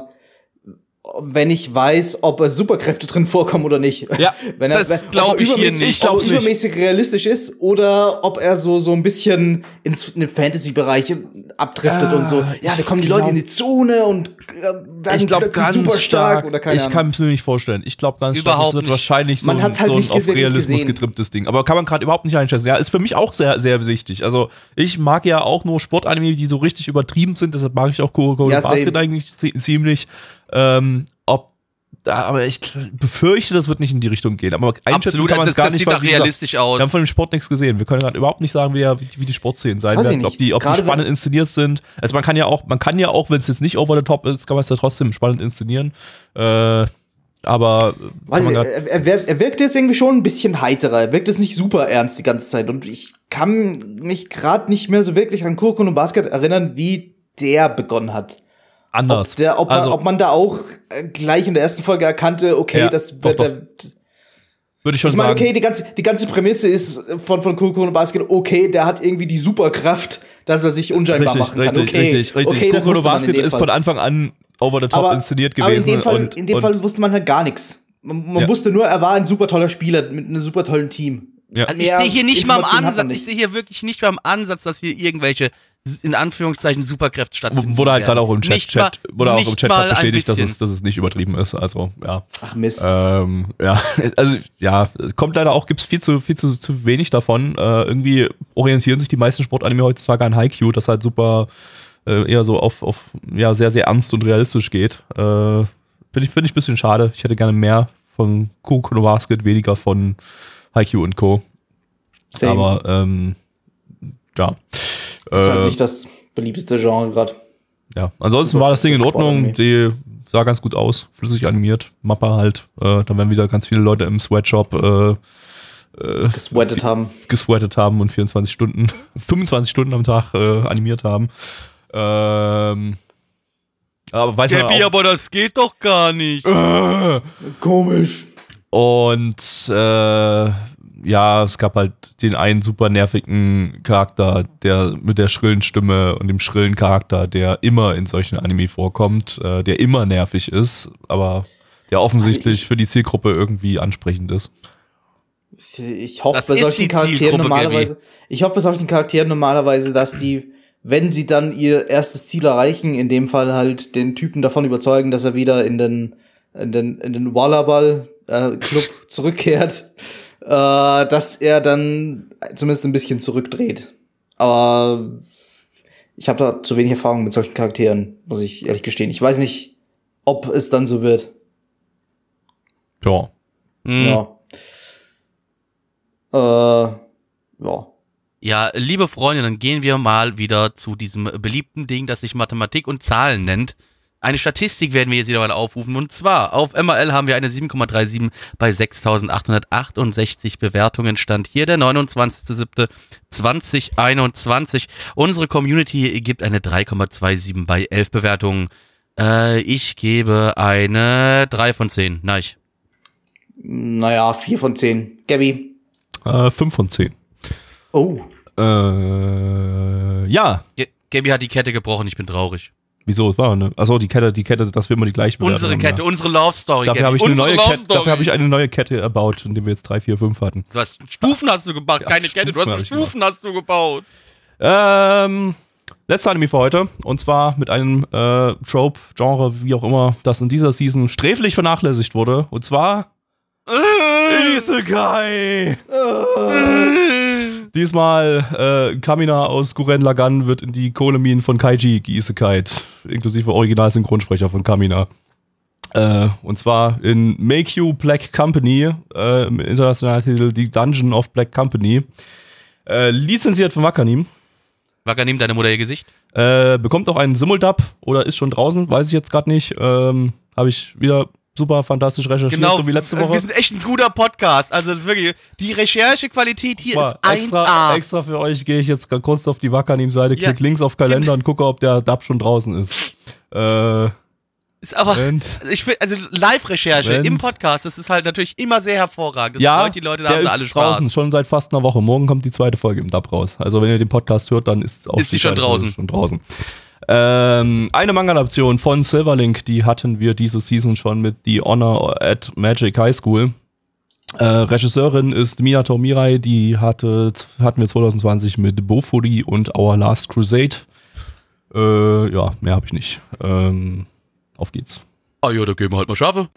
wenn ich weiß, ob Superkräfte drin vorkommen oder nicht. Ja, wenn er, das glaube ich hier nicht. Ob er nicht. übermäßig realistisch ist oder ob er so so ein bisschen ins in den Fantasy-Bereich abdriftet ah, und so. Ja, da kommen die glaub, Leute in die Zone und äh, werden ich glaube ganz super stark stark oder keine Ich Ahnung. kann es mir nicht vorstellen. Ich glaube ganz Überhaupt stark, es wird nicht. wahrscheinlich so, Man hat's halt so ein nicht auf wirklich Realismus gesehen. getrimmtes Ding. Aber kann man gerade überhaupt nicht einschätzen. Ja, ist für mich auch sehr, sehr wichtig. Also ich mag ja auch nur Sportanime, die so richtig übertrieben sind. Deshalb mag ich auch Kuroko ja, no Basket eigentlich ziemlich. Ähm, ob Aber ich befürchte, das wird nicht in die Richtung gehen. Aber einschätzen absolut, kann man das, gar das nicht. sieht Weil, doch wie gesagt, realistisch aus. Wir haben von dem Sport nichts gesehen. Wir können gerade überhaupt nicht sagen, wie, der, wie die Sportszenen sein Weiß ich werden. nicht. Ob die, ob die Gerade spannend inszeniert sind. Also man kann ja auch, man kann ja auch, wenn es jetzt nicht over the top ist, kann man es ja trotzdem spannend inszenieren. Äh, aber Weiß ich, er, er, wirkt, er wirkt jetzt irgendwie schon ein bisschen heiterer. Er wirkt jetzt nicht super ernst die ganze Zeit. Und ich kann mich gerade nicht mehr so wirklich an Kuroko no Basket erinnern, wie der begonnen hat. Anders. Ob, der, ob, also, man, ob man da auch gleich in der ersten Folge erkannte, okay, ja, das doch, wird doch. der. Würde ich schon Ich meine, sagen. okay, die ganze, die ganze Prämisse ist von, von Kuroko no Basket, okay, der hat irgendwie die Superkraft, dass er sich unscheinbar richtig, machen kann. richtig, Okay, richtig, richtig. okay, das Kuroko no wusste man in Basket dem ist Fall. von Anfang an over the top aber, inszeniert aber gewesen. in dem Fall, und, in dem und, Fall wusste man halt gar nichts. Man, man Ja. wusste nur, er war ein super toller Spieler mit einem super tollen Team. ja. Also ich sehe hier nicht mal am Informationen hat man Ansatz, nicht. ich sehe hier wirklich nicht mal am Ansatz, dass hier irgendwelche, in Anführungszeichen, Superkräfte stattfinden. Wurde halt werden. gerade auch im Chat, Nicht Chat mal- wurde auch nicht im Chat mal ein bestätigt, dass bisschen. es, dass es nicht übertrieben ist. Also, ja. Ach Mist. Ähm, ja, also ja, kommt leider auch, gibt es viel zu, viel zu, zu wenig davon. Äh, irgendwie orientieren sich die meisten Sportanime heutzutage an Haikyuu, das halt super äh, eher so auf, auf ja, sehr, sehr ernst und realistisch geht. Äh, Finde ich, find ich ein bisschen schade. Ich hätte gerne mehr von Kuroko no Basket, weniger von Haikyuu und Co. Same. Aber ähm, ja. Das ist halt Äh, nicht das beliebteste Genre gerade. Ja, ansonsten Super war das Ding in krasses Ordnung. Sportanime. Die sah ganz gut aus, flüssig animiert, Mappa halt. Äh, da werden wieder ganz viele Leute im Sweatshop äh, äh, Gesweatet haben. gesweatet haben und vierundzwanzig Stunden, fünfundzwanzig Stunden am Tag äh, animiert haben. Ähm, aber weiß man Gabby, auch, aber das geht doch gar nicht. äh, Komisch. und äh, ja, es gab halt den einen super nervigen Charakter, der mit der schrillen Stimme und dem schrillen Charakter, der immer in solchen Anime vorkommt, äh, der immer nervig ist, aber der offensichtlich Ich- für die Zielgruppe irgendwie ansprechend ist. Ich, ich hoffe Das bei ist solchen die Charakteren Zielgruppe, normalerweise, ich hoffe bei solchen Charakteren normalerweise, dass die, wenn sie dann ihr erstes Ziel erreichen, in dem Fall halt den Typen davon überzeugen, dass er wieder in den, in den, in den Wallaball äh, Club zurückkehrt, äh, dass er dann zumindest ein bisschen zurückdreht. Aber ich habe da zu wenig Erfahrung mit solchen Charakteren, muss ich ehrlich gestehen. Ich weiß nicht, ob es dann so wird. Ja. Hm. Ja. Äh, ja. Ja, liebe Freunde, dann gehen wir mal wieder zu diesem beliebten Ding, das sich Mathematik und Zahlen nennt. Eine Statistik werden wir jetzt wieder mal aufrufen. Und zwar, auf M R L haben wir eine sieben Komma siebenunddreißig bei sechstausendachthundertachtundsechzig Bewertungen. Stand hier der neunundzwanzigster siebter zweitausendeinundzwanzig. Unsere Community gibt eine drei Komma siebenundzwanzig bei elf Bewertungen. Äh, ich gebe eine drei von zehn. Nein. Naja, vier von zehn. Gabby. Äh, fünf von zehn. Oh. Äh, ja. G- Gabby hat die Kette gebrochen, ich bin traurig. Wieso? Es war, ne? Achso, die Kette, die Kette, dass wir immer die gleiche Bewertung Unsere haben, Kette, ja. unsere Love Story. Dafür habe Gabby. ich, eine Unsere neue Love Kette- Story. dafür hab ich eine neue Kette erbaut, indem wir jetzt drei, vier, fünf hatten. Du hast Stufen hast du gebaut, Ja, keine Kette, du Stufen hab hast ich Stufen hast du gebaut. Ähm, letzter Anime für heute. Und zwar mit einem äh, Trope, Genre, wie auch immer, das in dieser Season sträflich vernachlässigt wurde. Und zwar Isekai. Diesmal äh, Kamina aus Gurren Lagann wird in die Kohleminen von Kaiji geisekait, inklusive Originalsynchronsprecher von Kamina. Äh, und zwar in Make You Black Company, äh, im internationalen Titel The Dungeon of Black Company. Äh, lizenziert von Wakanim. Wakanim, deine Mutter ihr Gesicht? Äh, bekommt auch einen Simuldub oder ist schon draußen, weiß ich jetzt gerade nicht. Ähm, Habe ich wieder super fantastisch recherchiert, genau, so wie letzte Woche. Wir sind echt ein guter Podcast. Also das ist wirklich, die Recherchequalität hier Mal, ist eins extra, A. extra für euch gehe ich jetzt kurz auf die Wakanim-Seite, Ja. klick links auf Kalender und gucke, ob der Dub schon draußen ist. Äh, Ist aber, Moment. ich finde, also Live-Recherche Moment. im Podcast, das ist halt natürlich immer sehr hervorragend. Das ja, freut die Leute, da der haben sie ist alle Spaß. draußen, schon seit fast einer Woche. Morgen kommt die zweite Folge im Dub raus. Also wenn ihr den Podcast hört, dann ist auch Ist die schon zweite draußen. Folge schon draußen. Ähm, eine Manga-Adaption von Silverlink, die hatten wir diese Season schon mit The Honor at Magic High School. Äh, Regisseurin ist Minato Mirai, die hatte, hatten wir zwanzig zwanzig mit Bofuri und Our Last Crusade. Äh, ja, mehr habe ich nicht. Ähm, auf geht's. Ah ja, da gehen wir halt mal Schafe.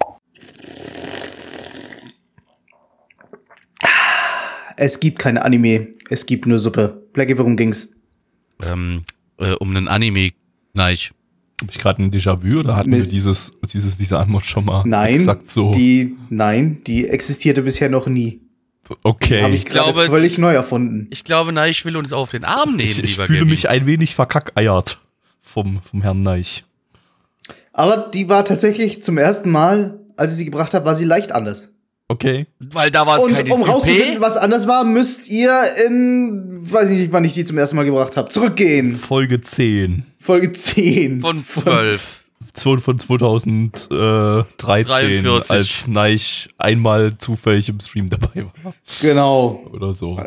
Es gibt keine Anime, es gibt nur Suppe. Blackie, worum ging's? Ähm, äh, um einen Anime, nein. Hab ich gerade ein Déjà-vu oder hatten Mist. wir dieses, dieses, diese Antwort schon mal Nein, exakt so? die, nein, die existierte bisher noch nie. Okay. Habe ich gerade glaube- völlig neu erfunden. Ich glaube, Neich will uns auf den Arm nehmen, ich, ich lieber fühle Gabby. mich ein wenig verkackeiert vom, vom Herrn Neich. Aber die war tatsächlich zum ersten Mal, als ich sie gebracht habe, war sie leicht anders. Okay. Weil da war es Und keine um rauszufinden, Suppe. was anders war, müsst ihr in, weiß ich nicht, wann ich die zum ersten Mal gebracht habe, zurückgehen. Folge zehn. Folge zehn. Von zwölf. Von zweitausenddreizehn, dreiundvierzig. als Neich einmal zufällig im Stream dabei war. Genau. Oder so.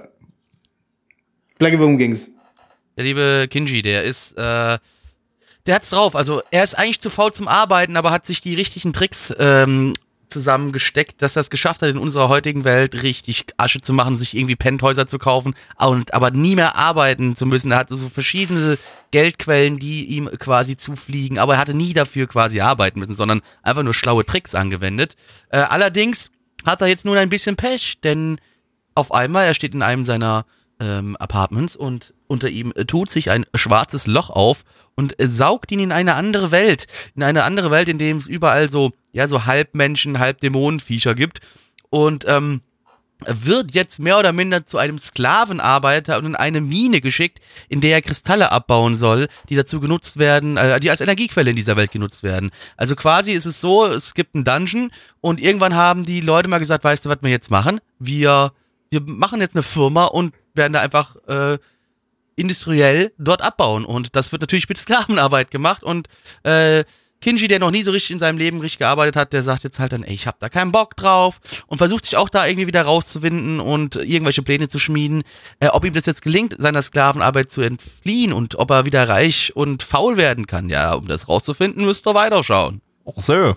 Blackie, worum ging's? Der liebe Kinji, der ist, äh, der hat's drauf. Also er ist eigentlich zu faul zum Arbeiten, aber hat sich die richtigen Tricks ähm, zusammengesteckt, dass er es geschafft hat, in unserer heutigen Welt richtig Asche zu machen, sich irgendwie Penthäuser zu kaufen, und aber nie mehr arbeiten zu müssen. Er hatte so verschiedene Geldquellen, die ihm quasi zufliegen, aber er hatte nie dafür quasi arbeiten müssen, sondern einfach nur schlaue Tricks angewendet. Äh, allerdings hat er jetzt nun ein bisschen Pech, denn auf einmal, er steht in einem seiner ähm, Apartments und unter ihm äh, tut sich ein schwarzes Loch auf und äh, saugt ihn in eine andere Welt. In eine andere Welt, in dem es überall so, ja, so Halbmenschen, Halbdämonenviecher gibt. Und ähm, er wird jetzt mehr oder minder zu einem Sklavenarbeiter und in eine Mine geschickt, in der er Kristalle abbauen soll, die dazu genutzt werden, äh, die als Energiequelle in dieser Welt genutzt werden. Also quasi ist es so, es gibt einen Dungeon und irgendwann haben die Leute mal gesagt, weißt du, was wir jetzt machen? Wir, wir machen jetzt eine Firma und werden da einfach äh, industriell dort abbauen. Und das wird natürlich mit Sklavenarbeit gemacht. Und äh, Kinji, der noch nie so richtig in seinem Leben richtig gearbeitet hat, der sagt jetzt halt dann, ey, ich hab da keinen Bock drauf, und versucht sich auch da irgendwie wieder rauszuwinden und irgendwelche Pläne zu schmieden. Äh, ob ihm das jetzt gelingt, seiner Sklavenarbeit zu entfliehen und ob er wieder reich und faul werden kann, ja, um das rauszufinden, müsst ihr weiterschauen. Ach so.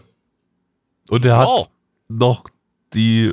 Und er hat Oh. noch die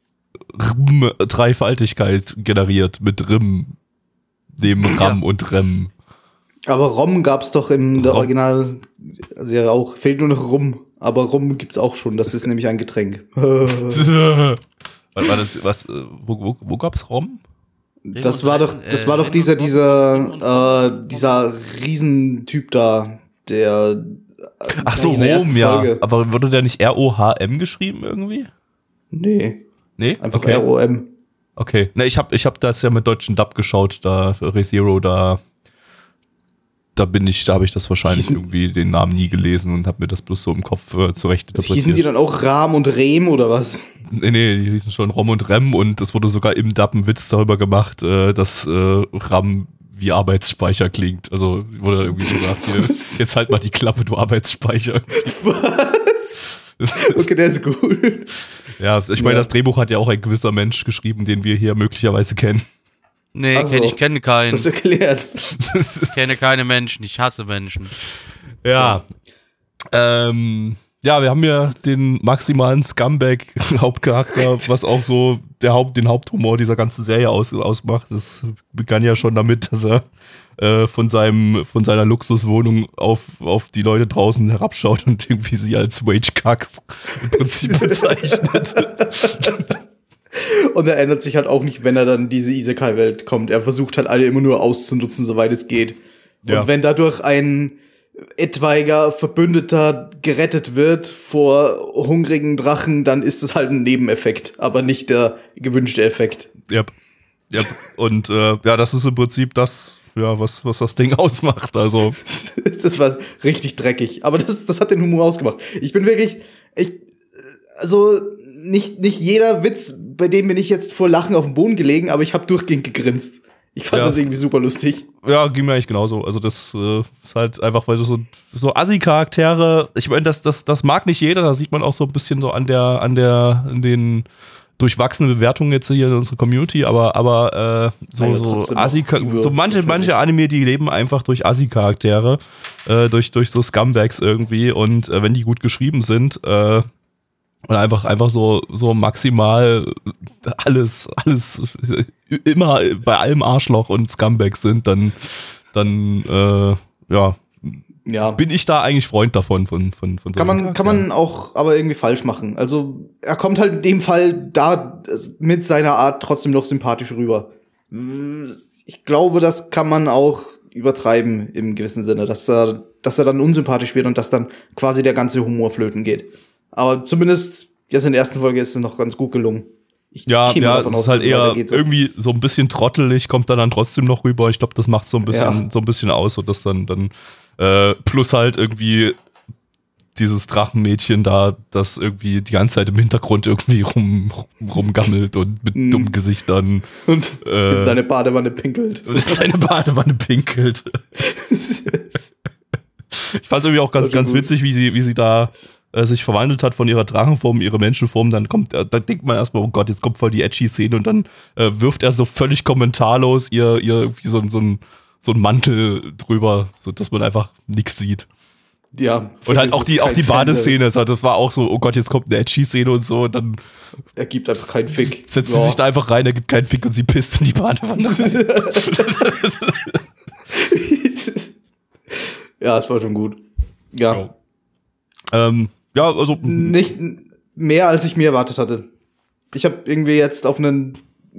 Rim-Dreifaltigkeit generiert mit Rim, dem Ram und Rem. Aber Rom gab's doch in der Rom. Originalserie auch. Fehlt nur noch Rum. Aber Rum gibt's auch schon. Das ist nämlich ein Getränk. was war das? Was, äh, wo, wo, wo gab's Rom? Das war doch, das war doch dieser, dieser, äh, dieser Riesentyp da, der. äh, Ach so, in der ersten Rom, ja. Folge- Aber wurde der nicht R O H M geschrieben irgendwie? Nee, Nee? einfach okay. R O M. Okay. Ne, ich hab, ich hab das ja mit deutschen Dub geschaut, da ReZero, da da bin ich, da habe ich das wahrscheinlich Hießen- irgendwie den Namen nie gelesen und habe mir das bloß so im Kopf äh, zurecht interpretiert. Hießen die dann auch Ram und Rehm oder was? Nee, nee, die hießen schon Rom und Rem, und es wurde sogar im Dub ein Witz darüber gemacht, äh, dass äh, RAM wie Arbeitsspeicher klingt. Also wurde irgendwie so gesagt, hier, Was? jetzt halt mal die Klappe, du Arbeitsspeicher. Was? Okay, der ist gut. Ja, ich meine, Ja. das Drehbuch hat ja auch ein gewisser Mensch geschrieben, den wir hier möglicherweise kennen. Nee, Ach so. kenn, ich kenne keinen. Das erklärt's. Ich kenne keine Menschen. Ich hasse Menschen. Ja. Ähm, Ja, wir haben ja den maximalen Scumbag-Hauptcharakter, was auch so der Haupt, den Haupthumor dieser ganzen Serie aus, ausmacht. Das begann ja schon damit, dass er äh, von seinem von seiner Luxuswohnung auf, auf die Leute draußen herabschaut und irgendwie sie als Wage-Cucks im Prinzip bezeichnet. Und er ändert sich halt auch nicht, wenn er dann in diese Isekai-Welt kommt. Er versucht halt alle immer nur auszunutzen, soweit es geht. Und Ja. wenn dadurch ein etwaiger Verbündeter gerettet wird vor hungrigen Drachen, dann ist das halt ein Nebeneffekt, aber nicht der gewünschte Effekt. Yep. Yep. Und äh, ja, das ist im Prinzip das, ja, was, was das Ding ausmacht. Also, Das war richtig dreckig, aber das, das hat den Humor ausgemacht. Ich bin wirklich, ich, also nicht, nicht jeder Witz, bei dem bin ich jetzt vor Lachen auf dem Boden gelegen, aber ich habe durchgehend gegrinst. Ich fand Ja. das irgendwie super lustig. ja, ging mir eigentlich genauso. Also, das äh, ist halt einfach, weil du so, so Assi-Charaktere, ich meine, das, das, das mag nicht jeder, da sieht man auch so ein bisschen so an der, an der, an den durchwachsenen Bewertungen jetzt hier in unserer Community, aber, aber äh, so, Aber so trotzdem Assi, noch über- so manche, manche Anime, die leben einfach durch Assi-Charaktere, äh, durch, durch so Scumbags irgendwie und äh, wenn die gut geschrieben sind, äh, und einfach, einfach so, so maximal alles, alles immer bei allem Arschloch und Scumbag sind, dann, dann, äh, ja, Ja. bin ich da eigentlich Freund davon, von, von, von Kann man, kann man auch aber irgendwie falsch machen. Also, er kommt halt in dem Fall da mit seiner Art trotzdem noch sympathisch rüber. Ich glaube, das kann man auch übertreiben im gewissen Sinne, dass er, dass er dann unsympathisch wird und dass dann quasi der ganze Humor flöten geht. Aber zumindest jetzt in der ersten Folge ist es noch ganz gut gelungen. Ich Ja, gehe mal ja, davon es aus, ist halt dass es eher weitergeht so. irgendwie so ein bisschen trottelig, kommt dann, dann trotzdem noch rüber. Ich glaube, das macht so ein bisschen, Ja. so ein bisschen aus, und das dann, dann, äh, plus halt irgendwie dieses Drachenmädchen da, das irgendwie die ganze Zeit im Hintergrund irgendwie rum, rumgammelt und mit Mm. dummen Gesichtern Und äh, in seine Badewanne pinkelt. und in seine Badewanne pinkelt. Ich fand es irgendwie auch ganz, Okay, ganz gut. witzig, wie sie, wie sie da äh, sich verwandelt hat von ihrer Drachenform, ihre Menschenform. Dann kommt, äh, dann denkt man erstmal, oh Gott, jetzt kommt voll die edgy Szene, und dann äh, wirft er so völlig kommentarlos ihr, ihr wie so, ein- so ein so ein Mantel drüber, so dass man einfach nichts sieht. Ja. Und halt das auch ist die, auch kein die Fanservice. Badeszene, also das war auch so, oh Gott, jetzt kommt eine edgy Szene und so, und dann Er gibt einfach keinen Fick. setzt Ja. sie sich da einfach rein, er gibt keinen Fick und sie pisst in die Badewanne rein. Ja, es war schon gut. Ja. Ja. Ähm, ja, also Nicht mehr, als ich mir erwartet hatte. Ich habe irgendwie jetzt auf einen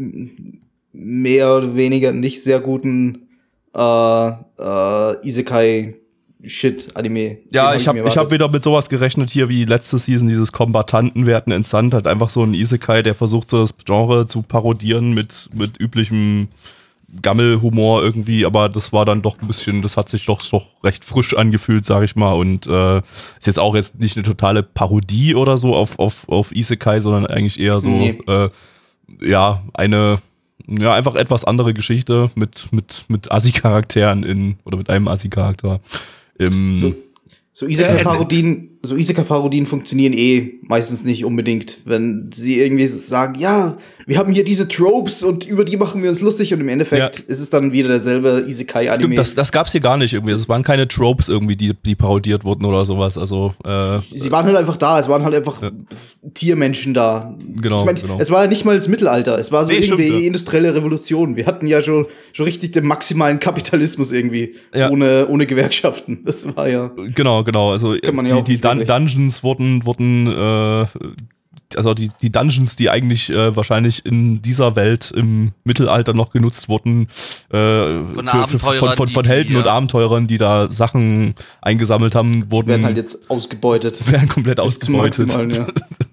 mehr oder weniger nicht sehr guten äh, äh, Isekai-Shit-Anime. Ja, Den ich hab habe mir ich hab erwartet. wieder mit sowas gerechnet hier wie letzte Season, dieses Kombattanten. Wir hatten Instant halt einfach so ein Isekai, der versucht so das Genre zu parodieren mit, mit üblichem Gammelhumor irgendwie, aber das war dann doch ein bisschen, das hat sich doch, doch recht frisch angefühlt, sag ich mal, und äh, ist jetzt auch jetzt nicht eine totale Parodie oder so auf, auf, auf Isekai, sondern eigentlich eher so, Nee. äh, ja, eine, ja, einfach etwas andere Geschichte mit, mit, mit Assi-Charakteren in, oder mit einem Assi-Charakter im, So, so Isekai-Parodien, so Isekai-Parodien funktionieren eh meistens nicht unbedingt, wenn sie irgendwie so sagen, ja, wir haben hier diese Tropes und über die machen wir uns lustig, und im Endeffekt Ja. ist es dann wieder derselbe Isekai-Anime. Stimmt, das, das gab's hier gar nicht irgendwie. Es waren keine Tropes irgendwie, die, die parodiert wurden oder sowas. Also, äh, Sie waren halt einfach da, es waren halt einfach Ja. Tiermenschen da. Genau, ich mein, genau. Es war ja nicht mal das Mittelalter, es war so Nee, irgendwie stimmt, ja. industrielle Revolution. Wir hatten ja schon, schon richtig den maximalen Kapitalismus irgendwie, Ja. ohne, ohne Gewerkschaften. Das war ja. genau, genau. Also Kann man die, ja auch die nicht Dun wirklich. Dungeons wurden, wurden äh, also die, die Dungeons, die eigentlich äh, wahrscheinlich in dieser Welt im Mittelalter noch genutzt wurden, äh, Von Abenteurern, von, von, von die- Helden ja. und Abenteurern, die da Sachen eingesammelt haben, wurden werden halt jetzt ausgebeutet. werden komplett Bis zum ausgebeutet. Maximalen,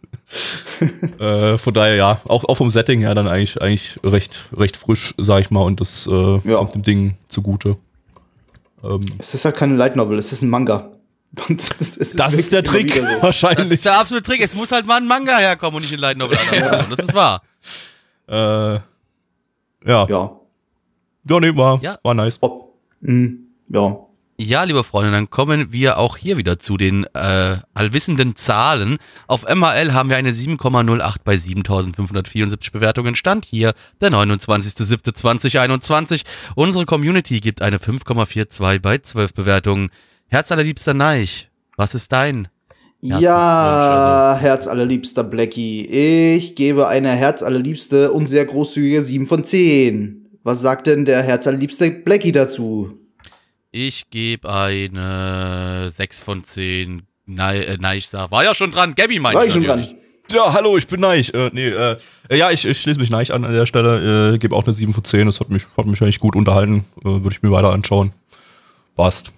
ja. Äh, von daher ja, auch, auch vom Setting her dann eigentlich, eigentlich recht, recht frisch, sag ich mal, und das äh, Ja. kommt dem Ding zugute. Ähm, Es ist halt keine Light Novel, es ist ein Manga. Und das, es das ist der wirklich Trick, immer wieder so. Das wahrscheinlich. ist der absolute Trick. Es muss halt mal ein Manga herkommen und nicht ein Light Novel Adaption. Das ist wahr. Äh, ja. ja. Ja. nee, war, Ja. war nice. Ob, mh, ja. Ja, liebe Freunde, dann kommen wir auch hier wieder zu den äh, allwissenden Zahlen. Auf M H L haben wir eine sieben Komma null acht bei siebentausendfünfhundertvierundsiebzig Bewertungen. Stand hier der neunundzwanzigster siebter zweitausendeinundzwanzig. Unsere Community gibt eine fünf Komma zweiundvierzig bei zwölf Bewertungen. Herzallerliebster Neich, was ist dein Ja, herzallerliebster Blackie. Ich gebe eine herzallerliebste und sehr großzügige sieben von zehn. Was sagt denn der herzallerliebste Blackie dazu? Ich gebe eine sechs von zehn. Nein, äh, nein, ich sag, war ja schon dran. Gabby meinte War ich schon natürlich. dran. Ja, hallo, ich bin Neich. Äh, nee, äh, ja, ich, ich schließe mich Neich an an der Stelle. Äh, gebe auch eine sieben von zehn. Das hat mich, hat mich eigentlich gut unterhalten. Äh, Würde ich mir weiter anschauen. Passt.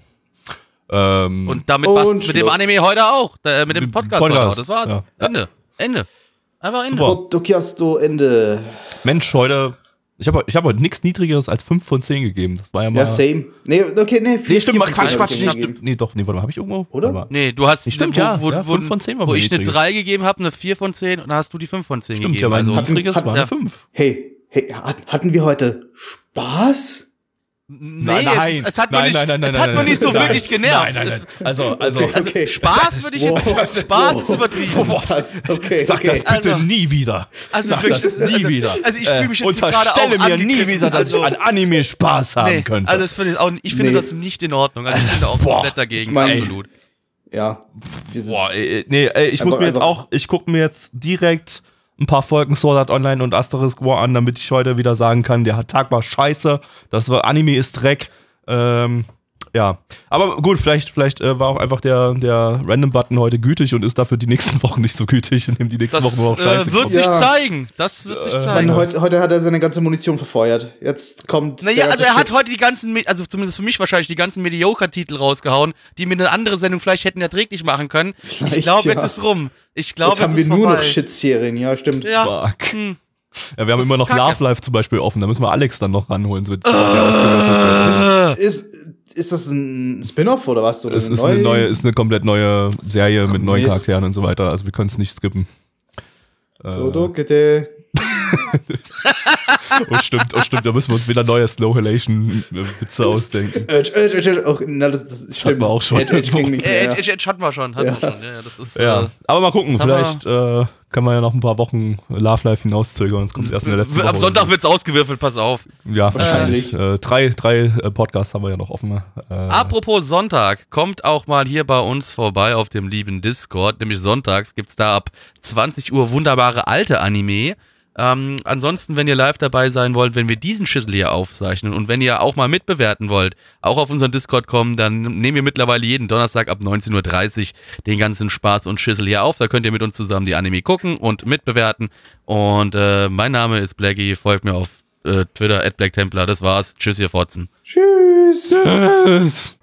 Ähm, Und damit Und passt mit dem Schluss. Anime heute auch. Äh, mit dem Podcast, Podcast, heute auch. Das war's. ja. Ende. Ende. Einfach Ende. Super. Podcasto Ende. Mensch, heute. Ich habe ich hab heute nichts Niedrigeres als fünf von zehn gegeben. Das war ja mal. Ja, same. Nee, okay, nee. Nee, stimmt, vier von Quatsch, zehn Quatsch. hab ich Nee, gegeben. stimmt. Nee, doch, nee, warte mal, habe ich irgendwo? Oder? Warte mal. Nee, du hast, Stimmt, wo, ja, wo, ja, wo, fünf von zehn war wo mein ich eine niedriges. drei gegeben habe, eine vier von zehn und dann hast du die fünf von zehn Stimmt, gegeben. ja, mein also, niedriges hat- war ja. eine fünf. Hey, hey, hat- hatten wir heute Spaß? nee, Nein, es, es hat nur nein, nicht, nein, nein, es nein, hat nein, nur nicht so nein, wirklich genervt. Nein, nein, Es- nein. Also, also, Also Okay. Spaß würde ich jetzt, Wow. Spaß ist übertrieben. Was ist das? Okay, sag okay. das bitte Also- nie wieder. Also sag wirklich, das das- nie also- wieder. also ich fühle mich jetzt äh, hier gerade auch unterstelle mir nie angegriffen. wieder, dass Also- ich an Anime Spaß haben Nee, könnte. also das finde ich, auch, ich finde Nee. das nicht in Ordnung. Also ich bin da auch Boah. komplett dagegen, Ich mein- absolut. Ja. Wir sind- Boah, ey, nee, ey, ich muss Aber mir jetzt einfach- auch, ich gucke mir jetzt direkt ein paar Folgen Sword Art Online und Asterisk War an, damit ich heute wieder sagen kann, der Tag war scheiße, das war Anime ist Dreck. Ähm, ja, aber gut, vielleicht, vielleicht äh, war auch einfach der, der Random-Button heute gütig und ist dafür die nächsten Wochen nicht so gütig und nimmt die nächsten Das Wochen nur noch scheiße. äh, wird kommt. sich Ja. zeigen. Das wird sich Äh, zeigen. Mann, heute, heute hat er seine ganze Munition verfeuert. Jetzt kommt. der Naja, also ganze er hat Shit. heute die ganzen, Me- also zumindest für mich wahrscheinlich, die ganzen Mediocre-Titel rausgehauen, die mir eine andere Sendung vielleicht hätten erträglich machen können. Ich Vielleicht, glaube, ja. jetzt ist rum. Ich glaube, Jetzt haben jetzt wir ist nur vorbei. noch Shit-Serien, ja, stimmt. Ja. Fuck. Hm. Ja, wir haben Das immer ist noch kacke. Love Life zum Beispiel offen, da müssen wir Alex dann noch ranholen. So wird der ausgewürfelt wird. Ist, ist das ein Spin-off oder was? Oder Es ist eine neue, ist eine komplett neue Serie mit neuen Mist. Charakteren und so weiter, also wir können es nicht skippen. Dodo, bitte. Oh stimmt, oh stimmt, da müssen wir uns wieder neue Slow Halation Witze ausdenken. Edge, Edge, Edge, Edge. Oh, na, das, das stimmt. wir auch schon. Edge, Edge ging nicht Äh, mehr. Edge, Edge, Edge hatten wir schon, hatten Ja. wir schon. Ja, das ist, Ja, äh, aber mal gucken, haben wir- vielleicht äh, können wir ja noch ein paar Wochen Love Life hinauszögern, es kommt erst in der letzten Woche. Am Sonntag oder wird's ausgewürfelt, pass auf. so. Ja, wahrscheinlich. Wahrscheinlich. Äh, drei drei äh, Podcasts haben wir ja noch offen. Äh, Apropos Sonntag, kommt auch mal hier bei uns vorbei auf dem lieben Discord, nämlich sonntags gibt's da ab zwanzig Uhr wunderbare alte Anime. Ähm, ansonsten, wenn ihr live dabei sein wollt, wenn wir diesen Schüssel hier aufzeichnen und wenn ihr auch mal mitbewerten wollt, auch auf unseren Discord kommen, dann nehmen wir mittlerweile jeden Donnerstag ab neunzehn Uhr dreißig den ganzen Spaß und Schüssel hier auf. Da könnt ihr mit uns zusammen die Anime gucken und mitbewerten. Und äh, mein Name ist Blackie, folgt mir auf äh, Twitter, at BlackTemplar. Das war's. Tschüss, ihr Fotzen. Tschüss. Tschüss.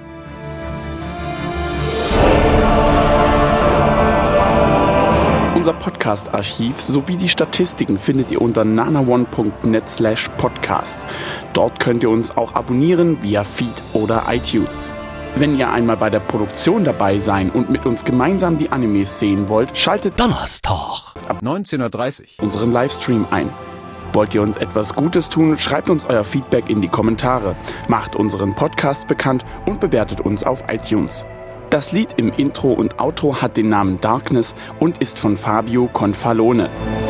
Unser Podcast-Archiv sowie die Statistiken findet ihr unter nanaone punkt net slash podcast. Dort könnt ihr uns auch abonnieren via Feed oder iTunes. Wenn ihr einmal bei der Produktion dabei sein und mit uns gemeinsam die Animes sehen wollt, schaltet Donnerstag. ab neunzehn Uhr dreißig. unseren Livestream ein. Wollt ihr uns etwas Gutes tun, schreibt uns euer Feedback in die Kommentare, macht unseren Podcast bekannt und bewertet uns auf iTunes. Das Lied im Intro und Outro hat den Namen Darkness und ist von Fabio Confalone.